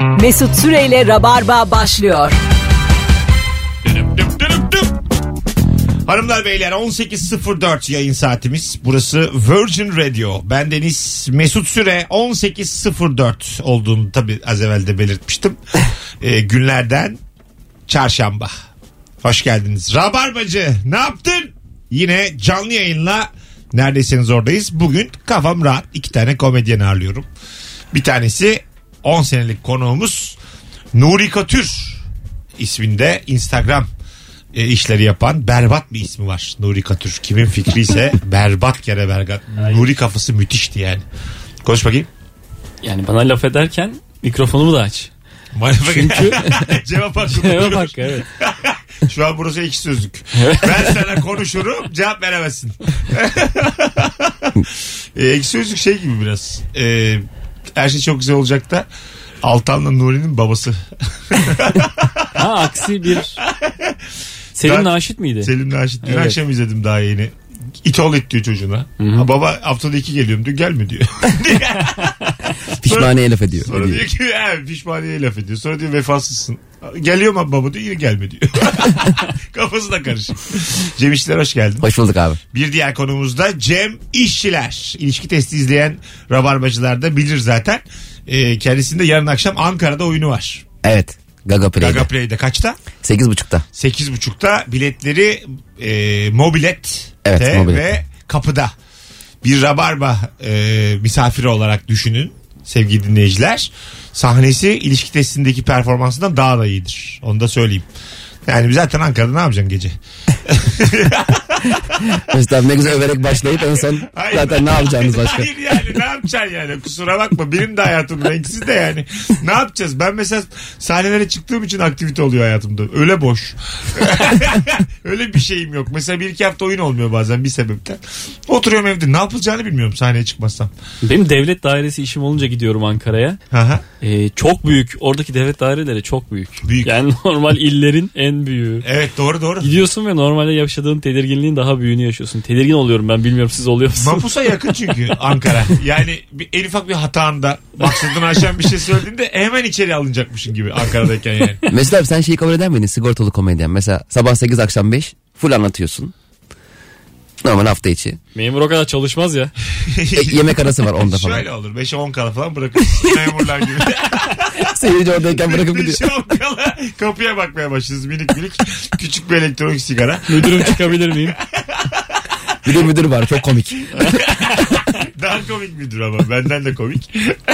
Mesut Süreyle Rabarba başlıyor. Hanımlar beyler 18.04 yayın saatimiz. Burası Virgin Radio. Bendeniz Mesut Süre. 18.04 olduğunu tabii az evvel de belirtmiştim. Günlerden çarşamba. Hoş geldiniz. Rabarbacı ne yaptın? Yine canlı yayınla neredeyseniz oradayız. Bugün kafam rahat. 2 tane komedyen ağırlıyorum. Bir tanesi 10 senelik konuğumuz Nuri Katür isminde Instagram işleri yapan berbat bir ismi var. Nuri Katür. Kimin fikri ise berbat kere berbat. Nuri kafası müthişti yani. Konuş bakayım. Yani bana laf ederken mikrofonumu da aç. Çünkü cevap hakkı. Cevap hakkı, evet. Şu an burası ekşi sözlük. Ben sana konuşurum, cevap veremezsin. Ekşi sözlük şey gibi biraz. Her şey çok güzel olacak da Altan'la Nuri'nin babası. Ha, aksi bir... Selim Naşit miydi? Selim Naşit. Dün Evet. akşam izledim daha yeni. İt ol it diyor çocuğuna. Ha, baba haftada 2 geliyorum diyor. Gelme diyor. Pişmaniye laf ediyor. Sonra diyor ki pişmaniye laf ediyor. Sonra diyor vefasızsın. Geliyorum abi baba diyor, yine gelme diyor. Kafası da karışık. Cem İşçiler hoş geldin. Hoş bulduk abi. Bir diğer konumuz da Cem İşçiler. İlişki testi izleyen rabarbacılar da bilir zaten. Kendisinde yarın akşam Ankara'da oyunu var. Evet. Gaga Play'de. Gaga Play'de kaçta? 8.30'da. 8.30'da biletleri Mobilet Evet, Mobilet. ve kapıda. Bir rabarba misafiri olarak düşünün sevgili dinleyiciler. Sahnesi ilişki testindeki performansından daha da iyidir. Onu da söyleyeyim. Yani zaten Ankara'da ne yapacaksın gece? Mesela ne güzel överek başlayıp en son zaten ne yapacağınız başka? Hayır yani ne yapacaksın yani, kusura bakma benim de hayatım renksiz de yani. Ne yapacağız? Ben mesela sahnelere çıktığım için aktivite oluyor hayatımda. Öyle boş. Öyle bir şeyim yok. Mesela 1-2 hafta oyun olmuyor bazen bir sebepten. Oturuyorum evde, ne yapılacağını bilmiyorum sahneye çıkmazsam. Benim devlet dairesi işim olunca gidiyorum Ankara'ya. Aha. Çok büyük. Oradaki devlet daireleri çok büyük. Büyük. Yani normal illerin en büyüğü. Evet doğru. Gidiyorsun ve normalde yaşadığın tedirginliğin daha büyüğünü yaşıyorsun. Tedirgin oluyorum ben, bilmiyorum siz oluyor musunuz? Mapus'a yakın çünkü Ankara. Yani en ufak bir hatanda maksadını aşan bir şey söylediğinde hemen içeri alınacakmışın gibi Ankara'dayken yani. Mesela abi sen şeyi kabul eder miydin? Sigortalı komedyen. Mesela sabah 8 akşam 5 full anlatıyorsun. Normal hafta içi. Memur o kadar çalışmaz ya. Yemek arası var onda falan. Şöyle olur. 5'e 10 kala falan bırakır. Memurlar gibi. Seyirci oradayken bırakıp gidiyor. 5'e 10 kala kapıya bakmaya başlıyoruz. Minik. Küçük bir elektronik sigara. Müdürüm çıkabilir miyim? Bir de müdür var çok komik. Daha komik müdür ama. Benden de komik.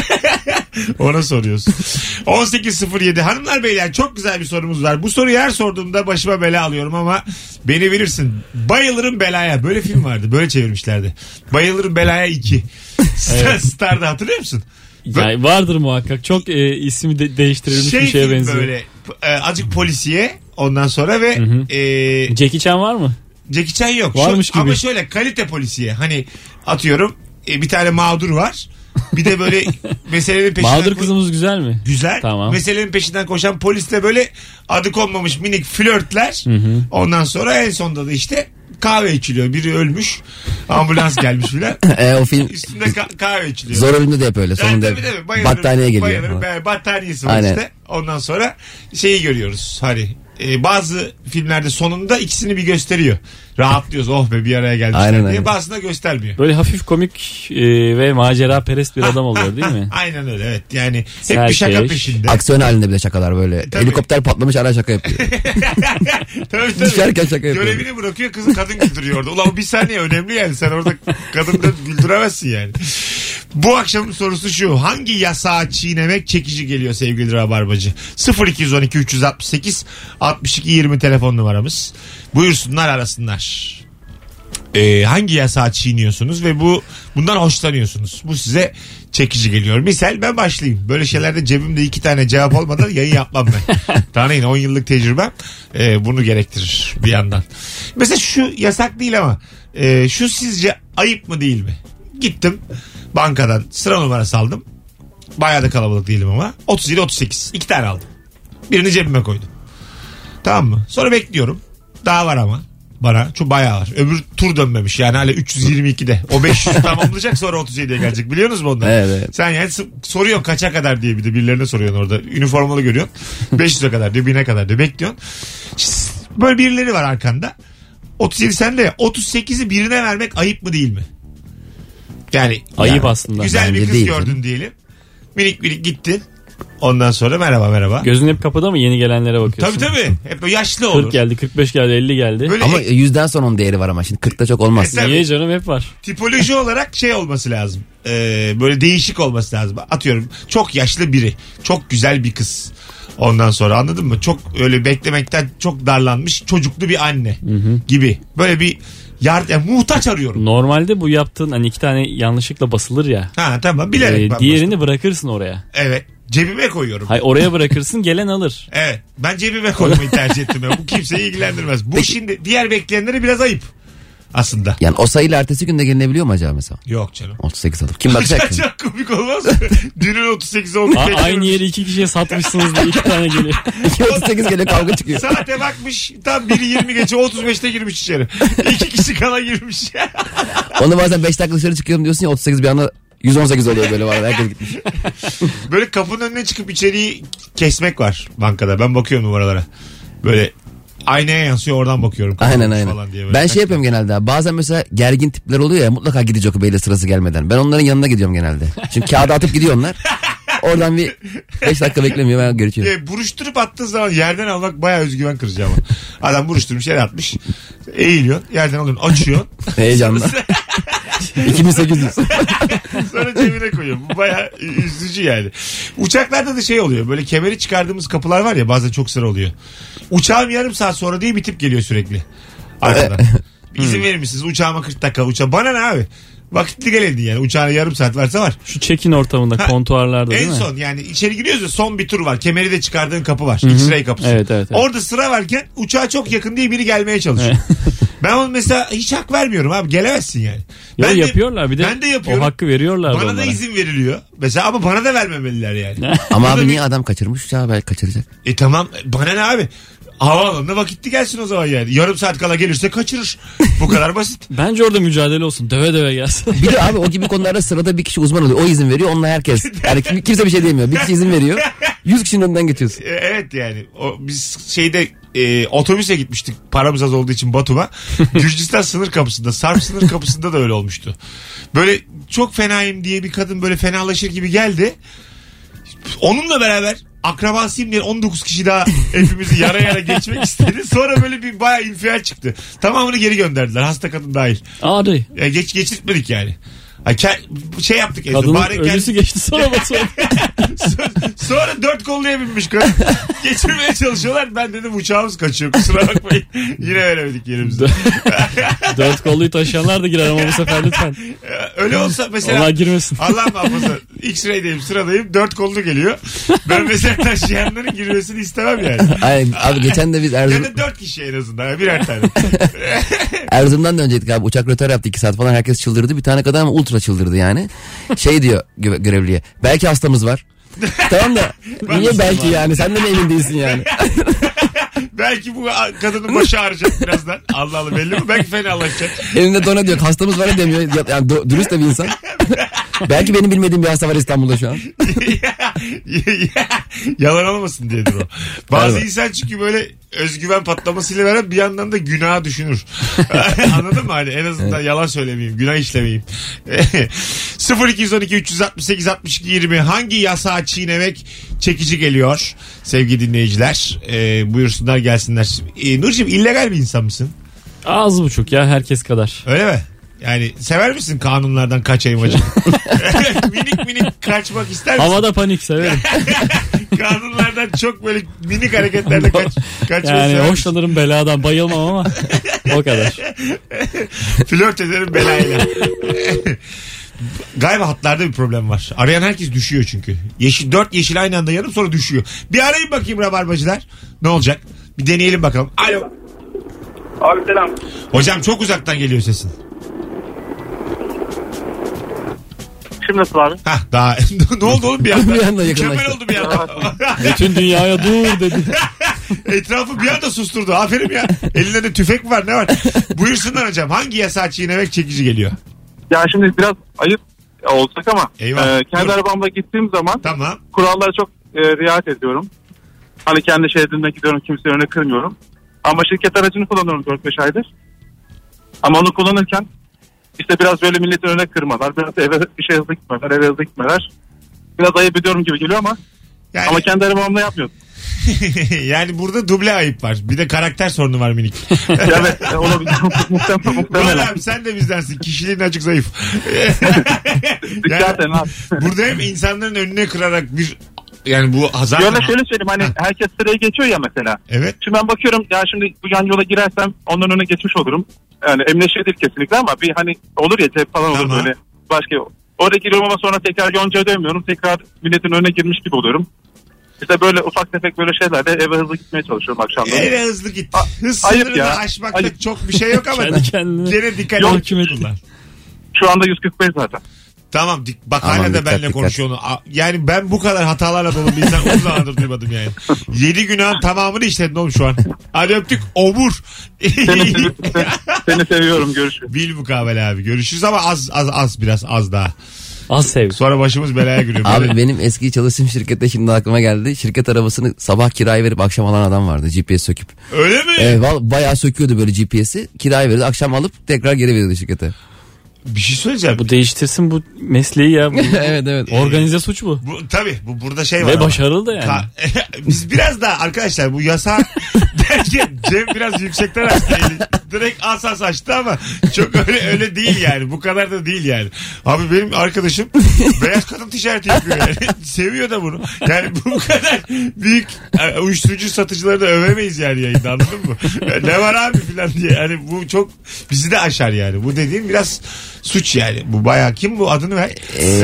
Ona soruyoruz. 18.07 hanımlar beyler, çok güzel bir sorumuz var. Bu soruyu her sorduğumda başıma bela alıyorum ama beni bilirsin. Bayılırım belaya. Böyle film vardı. Böyle çevirmişlerdi. Bayılırım belaya 2. Evet. Star'da hatırlıyor musun? Yani vardır muhakkak. Çok ismi değiştirilmiş bir şeye benziyor. Böyle azıcık polisiye ondan sonra ve Jackie Chan var mı? Jackie Chan yok. Varmış gibi. Ama şöyle kalite polisiye. Hani atıyorum bir tane mağdur var. Bir de böyle meselenin peşinden... Mağdur kızımız güzel mi? Güzel. Tamam. Meselenin peşinden koşan polisle böyle adı konmamış minik flörtler. Ondan sonra en sonunda da işte kahve içiliyor. Biri ölmüş. Ambulans gelmiş filan. O film Üstünde kahve içiliyor. zor ölümde de hep öyle. Sonunda Tabii. battaniye geliyor. Bayılırım. Battaniyesi var Aynen. işte. Ondan sonra şeyi görüyoruz. Hani bazı filmlerde sonunda ikisini bir gösteriyor. Rahatlıyoruz. Oh be bir araya gelmişler Aynen, diye. aynen. Bazısında göstermiyor. Böyle hafif komik ve macera perest bir adam oluyor değil mi? Aynen öyle, evet. Yani hep Serkeş. bir şaka peşinde. Aksiyon halinde bile şakalar böyle. Tabii. Helikopter patlamış ara şaka yapıyor. Tabii. Düşerken şaka yapıyor. Görevini bırakıyor, kızı kadın güldürüyor orada. Ulan bir saniye önemli yani. Sen orada kadını da güldüremezsin yani. Bu akşamın sorusu şu. Hangi yasağı çiğnemek çekici geliyor sevgili Rabarbacı? 0212 368 62 20 telefon numaramız. Buyursunlar, arasınlar. Hangi yasağı çiğniyorsunuz ve bundan hoşlanıyorsunuz? Bu size çekici geliyor. Misal ben başlayayım. Böyle şeylerde cebimde 2 tane cevap olmadan yayın yapmam ben. Tanıyın, 10 yıllık tecrübem bunu gerektirir bir yandan. Mesela şu yasak değil ama şu sizce ayıp mı değil mi? Gittim bankadan sıra numarası aldım. Bayağı da kalabalık değilim ama. 37-38. 2 tane aldım. Birini cebime koydum. Tamam mı? Sonra bekliyorum. Daha var ama. bana. Çok bayağı var. Öbür tur dönmemiş yani hala 322'de. O 500 tamamlayacak sonra 37'ye gelecek. Biliyorsunuz mu ondan? Evet. Sen yani soruyorsun kaça kadar diye bir de birilerine soruyorsun orada. Üniformalı görüyorsun. 500'e kadar diyor 1000'e kadar diyor. Bekliyorsun. Böyle birileri var arkanda. 37 sende ya. 38'i birine vermek ayıp mı değil mi? Yani Ayıp aslında. güzel Bence bir kız değil gördün canım. diyelim. Minik gittin. Ondan sonra merhaba. Gözün hep kapıda mı yeni gelenlere bakıyorsun? Tabii. Hep böyle yaşlı olur. 40 geldi, 45 geldi, 50 geldi. Böyle Ama 100'den sonra onun değeri var ama şimdi 40'ta çok olmaz. Tabii. Niye canım, hep var. tipoloji olarak şey olması lazım. Böyle değişik olması lazım. Atıyorum çok yaşlı biri. Çok güzel bir kız. Ondan sonra anladın mı? Çok öyle beklemekten çok darlanmış çocuklu bir anne gibi. Böyle bir yani muhtaç arıyorum. Normalde bu yaptığın hani 2 tane yanlışlıkla basılır ya. Ha tamam bilerek ben Diğerini bastım. bırakırsın oraya. Evet. Cebime koyuyorum. Hayır, oraya bırakırsın, gelen alır. Evet. Ben cebime koymayı tercih ettim. Bu kimseyi ilgilendirmez. Bu şimdi diğer bekleyenlere biraz ayıp. Aslında. Yani o sayıyla ertesi günde gelinebiliyor mu acaba mesela? Yok canım. 38 alıp. Kim bakacak ki? Çok komik olmaz mı? Dünün 38 oldu. Aynı yeri 2 kişiye satmışsınız diye 2 tane geliyor. 38 geliyor kavga çıkıyor. Saate bakmış tam biri 20 geçe 35'te girmiş içeri. 2 kişi kala girmiş. Onu bazen 5 dakika dışarı çıkıyorum diyorsun ya 38 bir anda 118 oluyor böyle var. Herkes gitmiş. Böyle kapının önüne çıkıp içeriği kesmek var bankada. Ben bakıyorum numaralara. Böyle aynaya yansıyor oradan bakıyorum. Aynen. Falan diye böyle. Ben şey yapıyorum genelde abi. Bazen mesela gergin tipler oluyor ya mutlaka gidecek o beyle sırası gelmeden. Ben onların yanına gidiyorum genelde. Çünkü kağıdı atıp gidiyor onlar. Oradan bir 5 dakika beklemiyor ben görüşüyorum. Buruşturup attığı zaman yerden almak bayağı özgüven kırıcı ama. Adam buruşturmuş yere atmış. Eğiliyorsun yerden alıyorsun açıyorsun. Heyecanla. 2800. Sonra cebine koyuyorum. Bu bayağı üzücü yani. Uçaklarda da şey oluyor. Böyle kemeri çıkardığımız kapılar var ya bazen çok sıra oluyor. Uçağım yarım saat sonra diye bir tip geliyor sürekli. Arkadan. İzin verir misiniz? Uçağıma 40 dakika. Bana ne abi? Vakitli geleydin yani. Uçağına yarım saat varsa var. Şu check-in ortamında, kontuarlarda değil en mi? son yani içeri giriyoruz ya son bir tur var. Kemeri de çıkardığın kapı var. X-ray kapısı. Evet. Orada sıra varken uçağa çok yakın diye biri gelmeye çalışıyor. Ben onu mesela hiç hak vermiyorum abi. Gelemezsin yani. Ya Ben de- yapıyorlar bir de. Ben de yapıyorum. O hakkı veriyorlar Bana da onlara. izin veriliyor. Mesela ama bana da vermemeliler yani. Ama abi niye adam kaçırmış uçağı belki kaçıracak. Tamam bana ne abi? Havaalanına vakitli gelsin o zaman yani. Yarım saat kala gelirse kaçırır. Bu kadar basit. Bence orada mücadele olsun. Döve gelsin. Bir de abi o gibi konularda sırada bir kişi uzman oluyor. O izin veriyor onunla herkes. Yani kimse bir şey diyemiyor. Bir kişi izin veriyor. 100 kişinin önünden geçiyorsun. Evet yani. Biz şeyde otobüse gitmiştik paramız az olduğu için Batum'a. Gürcistan sınır kapısında, Sarp sınır kapısında da öyle olmuştu. Böyle çok fenayım diye bir kadın böyle fenalaşır gibi geldi. Onunla beraber akrabasıyım diye 19 kişi daha hepimizi yara geçmek istedi. Sonra böyle bir bayağı infial çıktı. Tamamını geri gönderdiler. Hasta kadın dahil. Hadi. Geçirtmedik yani. Şey yaptık. Kadının Bari ölüsü geçti sonra basıyor. Sonra 4 kolluya binmiş kadın. Geçirmeye çalışıyorlar. Ben dedim uçağımız kaçıyor. Kusura bakmayın. Yine veremedik yerimizi. 4 kolluyu taşıyanlar da girer ama bu sefer lütfen. Öyle olsa mesela. Onlar girmesin. Allah muhafaza. X-ray'deyim sıradayım. 4 kollu geliyor. Ben mesela taşıyanların girmesini istemem yani. Aynen abi geçen de biz Ya da 4 kişi en azından. Birer tane. Erzurum'dan da önceydik abi uçak rötar yaptı 2 saat falan herkes çıldırdı. Bir tane kadın ama ultra çıldırdı yani. Şey diyor görevliye belki hastamız var. Tamam da niye belki yani sen de mi emin değilsin yani. Belki bu kadının başı ağrıyacak birazdan. Allah Allah belli mi? Belki fenalaşacak. Elinde dona diyor hastamız var demiyor. Yani dürüst de bir insan. Belki benim bilmediğim bir hasta var İstanbul'da şu an. Yalan olmasın diyedir o. Bazı Evet. insan çünkü böyle özgüven patlamasıyla veren bir yandan da günah düşünür. Anladın mı? Hani en azından yalan söylemeyeyim, günah işlemeyeyim. 0212 368 62 20 hangi yasağı çiğnemek çekici geliyor sevgili dinleyiciler? Buyursunlar gelsinler. Nurcuğum illegal bir insan mısın? Az buçuk ya, herkes kadar. Öyle mi? Yani sever misin kanunlardan kaçayım acı? minik kaçmak ister misin? Havada panik severim. Kanunlardan çok böyle minik hareketlerle kaçmayı Yani sever misin? hoşlanırım beladan, bayılmam ama o kadar. Flört ederim belayla. Galiba hatlarda bir problem var. Arayan herkes düşüyor çünkü. 4 yeşil aynı anda yanıp sonra düşüyor. Bir arayın bakayım rabarbacılar. Ne olacak? Bir deneyelim bakalım. Alo. Abi selam. Hocam çok uzaktan geliyor sesin. Şimdi nasıl abi? Hah daha ne oldu oğlum bir anda? Bir anda yakınlaştı. Mükemmel oldu bir anda. Bütün dünyaya dur dedi. Etrafı bir anda susturdu. Aferin ya. Elinde de tüfek var, ne var? Buyursunlar hocam. Hangi yasağı çiğnemek çekici geliyor? Ya şimdi biraz ayıp olacak ama Eyvah. kendi Dur. arabamla gittiğim zaman Tamam. kurallara çok riayet ediyorum. Hani kendi şeridimde gidiyorum, kimsenin önüne kırmıyorum. Ama şirket aracını kullanıyorum 4-5 aydır. Ama onu kullanırken işte biraz böyle milletin önüne kırmalar, biraz eve bir şey hızlı gitmeler, eve hızlı gitmeler. Biraz ayıp ediyorum gibi geliyor ama Yani, ama kendi arabamla yapmıyorum. yani burada duble ayıp var. Bir de karakter sorunu var minik. Evet, olabilir. Muhtemelen. Abi sen de bizdensin. Kişiliğin açık zayıf. Dikkat edin abi. Burada hem insanların önüne kırarak bir yani bu hazar. Şöyle söyleyeyim, hani herkes sıraya geçiyor ya mesela. Evet. Şimdi ben bakıyorum ya, şimdi bu yan yola girersem onların önüne geçmiş olurum. Yani emniyet değil kesinlikle ama bir hani olur ya, cep falan olur Tamam. böyle. Başka orada giriyorum ama sonra tekrar yoncaya dönmüyorum. Tekrar milletin önüne girmiş gibi oluyorum. İşte böyle ufak tefek böyle şeylerle eve hızlı gitmeye çalışıyorum akşamları. Eve hızlı git. Hız ayıp sınırını ya. aşmakta Ayıp. çok bir şey yok ama Kendi kendine gene dikkat Yok, et. Şu anda 145 zaten. Tamam bak Aman hala da dikkat, benimle dikkat. konuşuyor onu. Yani ben bu kadar hatalarla dolu bir insan uzun zamandır duymadım yani. 7 günahın tamamını işledin oğlum şu an. Hadi öptük. Obur. Seni seviyorum, görüşürüz. Bil mukabele abi. Görüşürüz ama az biraz az daha. Az sevgi. Sonra başımız belaya giriyor. Abi Böyle- benim eski çalıştığım şirkette şimdi aklıma geldi. Şirket arabasını sabah kiraya verip akşam alan adam vardı, GPS söküp. Öyle mi? Bayağı söküyordu böyle GPS'i. Kiraya verirdi, akşam alıp tekrar geri veriyordu şirkete. Bir şey söyleyeceğim. Bu değiştirsin bu mesleği ya. Bu, Evet. organize suç bu. Tabii burada şey var. Ve ama. başarılı da yani. Biz biraz daha arkadaşlar bu yasa derken Cem biraz yüksekten açtı eli. Direkt asas açtı ama çok öyle değil yani. Bu kadar da değil yani. Abi benim arkadaşım beyaz kadın ticareti yapıyor yani. Seviyor da bunu. Yani bu kadar büyük uyuşturucu satıcıları da övemeyiz yani yayında, anladın mı? Ne var abi filan diye. Yani bu çok bizi de aşar yani. Bu dediğim biraz suç yani. Bu bayağı kim bu, adını ver.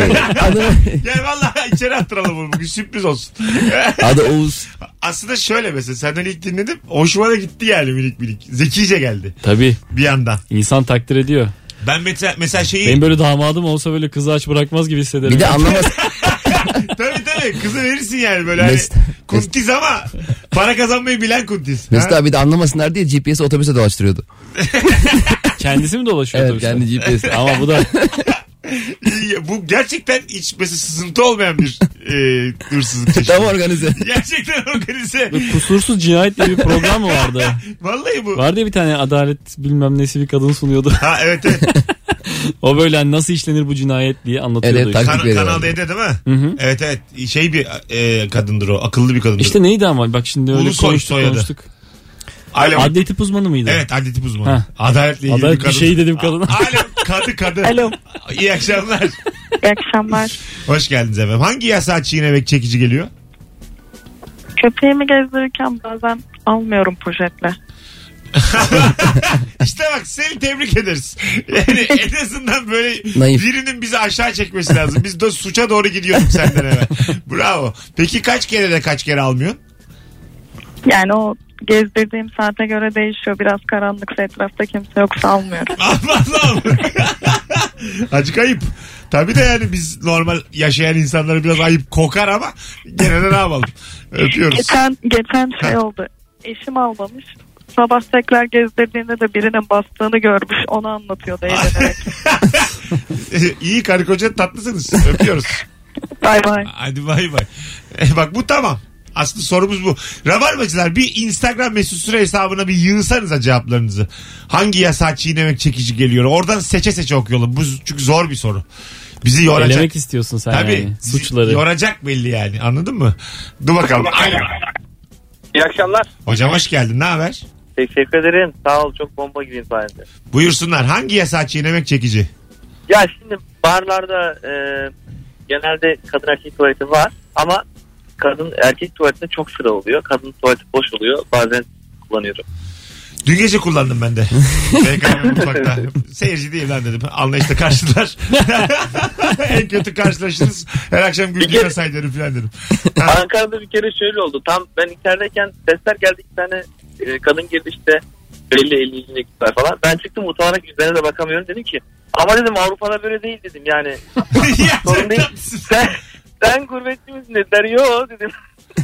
Yani vallahi içeri attıralım bunu. Bugün sürpriz olsun. Adı Oğuz. Aslında şöyle mesela senden ilk dinledim. Hoşuma da gitti yani minik. Zekice geldi Tabii. bir yandan. İnsan takdir ediyor. Ben mesela şeyi... Benim böyle damadım olsa böyle kızı aç bırakmaz gibi hissederim. Bir de anlamaz. Tabii kızı verirsin yani böyle hani Mesut- kuntiz ama para kazanmayı bilen kuntiz. Mesut Ha? abi de anlamasınlar diye GPS'i otobüse dolaştırıyordu. Kendisi mi dolaşıyordu? Evet, kendi GPS. Ama bu da Bu gerçekten hiç mesela sızıntı olmayan bir hırsızlık çeşidi. Tam organize. Gerçekten organize. kusursuz cinayet diye bir program mı vardı? Vallahi bu. Vardı ya bir tane adalet bilmem nesi bir kadın sunuyordu. Ha evet. O böyle hani nasıl işlenir bu cinayet diye anlatıyordu. Evet, işte. taktik veriyor. Kanal D'de değil mi? Hı hı. Evet. Şey bir kadındır o. Akıllı bir kadındır. İşte neydi ama bak şimdi öyle Ulusoy soyadı. konuştuk. Alo. Adli tıp uzmanı mıydı? Evet, adli tıp uzmanı. Ha. Adaletle ilgili Adalet bir bir kadın. şey dedim kadına. Alo, kadı. Alo. İyi akşamlar. İyi akşamlar. Hoş geldiniz efendim. Hangi yasağı çiğnemek çekici geliyor? Köpeğimi gezdirirken bazen almıyorum poşetle. İşte bak seni tebrik ederiz. Yani en azından böyle Naif. birinin bizi aşağı çekmesi lazım. Biz de suça doğru gidiyorduk senden evvel. Bravo. Peki kaç kere almıyorsun? Yani o gezdirdiğim saate göre değişiyor. Biraz karanlıksa, etrafta kimse yoksa almıyorum. Allah'ım. Acık ayıp. Tabii de yani biz normal yaşayan insanlara biraz ayıp kokar ama gene de ne yapalım. Öpüyoruz. Geçen şey oldu. Eşim almamış. Sabah tekrar gezdirdiğinde de birinin bastığını görmüş. Onu anlatıyordu eğlenerek. İyi karı koca tatlısınız. Öpüyoruz. Bay bay. Hadi bay bay. Bak bu tamam. Aslında sorumuz bu. Rabarbacılar bir Instagram mesut süre hesabına bir yığsanıza cevaplarınızı. Hangi yasağı çiğnemek çekici geliyor? Oradan seçe okuyalım. Bu çünkü zor bir soru. Bizi yoracak. Elemek istiyorsun sen Tabii. yani. Suçları. Yoracak belli yani. Anladın mı? Dur bakalım. Alo. İyi akşamlar. Hocam hoş geldin. Ne haber? Teşekkür ederim. Sağ ol. Çok bomba gibiyim sayende. Buyursunlar. Hangi yasağı çiğnemek çekici? Ya şimdi barlarda genelde kadın erkek tuvaleti var ama kadın erkek tuvaletinde çok sıra oluyor. Kadın tuvaleti boş oluyor. Bazen kullanıyorum. Dün gece kullandım ben de. BKM mutfakta. Seyirci değil lan dedim. Anlayışla karşılar. En kötü karşılaşırız. Her akşam Gülgün'e say derim falan dedim. Ankara'da bir kere şöyle oldu. Tam ben içerideyken sesler geldi. Bir tane kadın girdi işte. Belli 50 gittiler falan. Ben çıktım utanarak üzerine de bakamıyorum. Dedim ki ama dedim Avrupa'da böyle değil dedim. Yani sorun değil. Sen gurbetçi misin dediler. Yo dedim.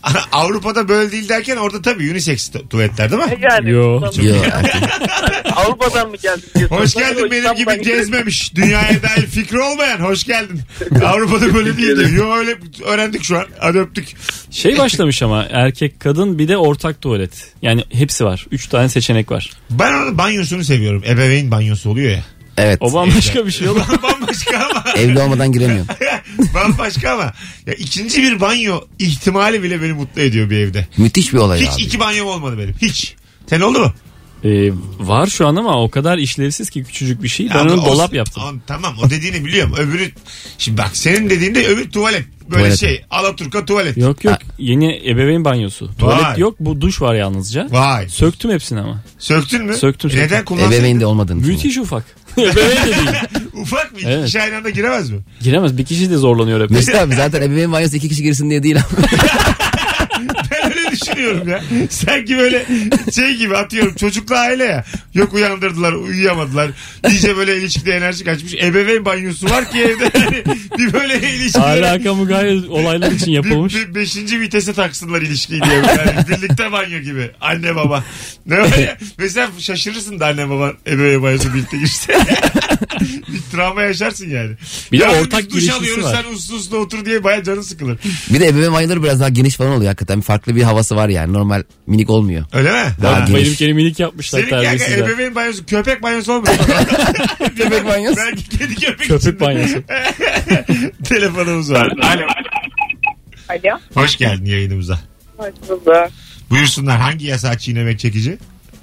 Avrupa'da böyle değil derken orada tabii unisex tuvaletler değil mi? Yani Yo. Yok. Avrupa'dan mı geldin diye Hoş sorsan, geldin yok, benim İstanbul'dan gibi geldim. gezmemiş. Dünyaya dair fikri olmayan hoş geldin. Avrupa'da böyle değil diyor. Yo öyle öğrendik şu an. Hadi öptük. Şey başlamış ama erkek kadın bir de ortak tuvalet. Yani hepsi var. 3 tane seçenek var. Ben onun banyosunu seviyorum. Ebeveyn banyosu oluyor ya. Evet. O bambaşka bir şey olur. Bambaşka ama. Evli olmadan giremiyorum. Bambaşka ama. Ya ikinci bir banyo ihtimali bile beni mutlu ediyor bir evde. Müthiş bir olay Hiç abi. iki banyom olmadı benim. Hiç. Sen oldu mu? Var şu an ama o kadar işlevsiz ki küçücük bir şey. Ben Ama onu o- dolap yaptım. Tamam o dediğini biliyorum. Öbürü şimdi bak senin dediğinde öbür tuvalet. Böyle Tuvalet. şey Alaturka tuvalet. Yok yok, yeni ebeveyn banyosu. Tuvalet Vay. yok, bu duş var yalnızca. Vay. Söktüm hepsini ama. Söktün mü? Söktüm. Neden kullansaydın? Ebeveyn de olmadığın için. Müthiş ufak. Ebeveyn de değil. Ufak mı? İki Evet. kişi aynı anda giremez mi? Giremez, bir kişi de zorlanıyor hep. Mesut abi zaten ebeveyn banyosu 2 kişi girsin diye değil ama. Ben öyle düşünüyorum ya. Sanki böyle şey gibi atıyorum çocuklu aile ya. Yok uyandırdılar uyuyamadılar. İyice böyle ilişkide enerji kaçmış. Ebeveyn banyosu var ki evde. Yani bir böyle ilişki. Alaka gayet olaylar için yapılmış. Beşinci vitese taksınlar ilişkiyi diye. Yani birlikte banyo gibi. Anne baba. Ne var ya? Mesela şaşırırsın da anne baba ebeveyn banyosu birlikte girse. Bir travma yaşarsın yani. Bir de Ya ortak biz duş girişlisi alıyoruz var. sen uslu uslu otur diye baya canın sıkılır. Bir de ebeveyn banyoları biraz daha geniş falan oluyor hakikaten. Farklı bir havası var yani. Normal minik olmuyor. Öyle mi? Daha Ha. geniş. Benimkini minik yapmışlar Senin kanka terbiyesizler. ebeveyn banyosu köpek banyosu olmuş. Köpek banyosu. Belki kedi köpek Köpek içinde. banyosu. Telefonumuz var. Alo. Alo. Hoş geldin yayınımıza. Hoş bulduk. Buyursunlar hangi yasağı çiğnemek çekici?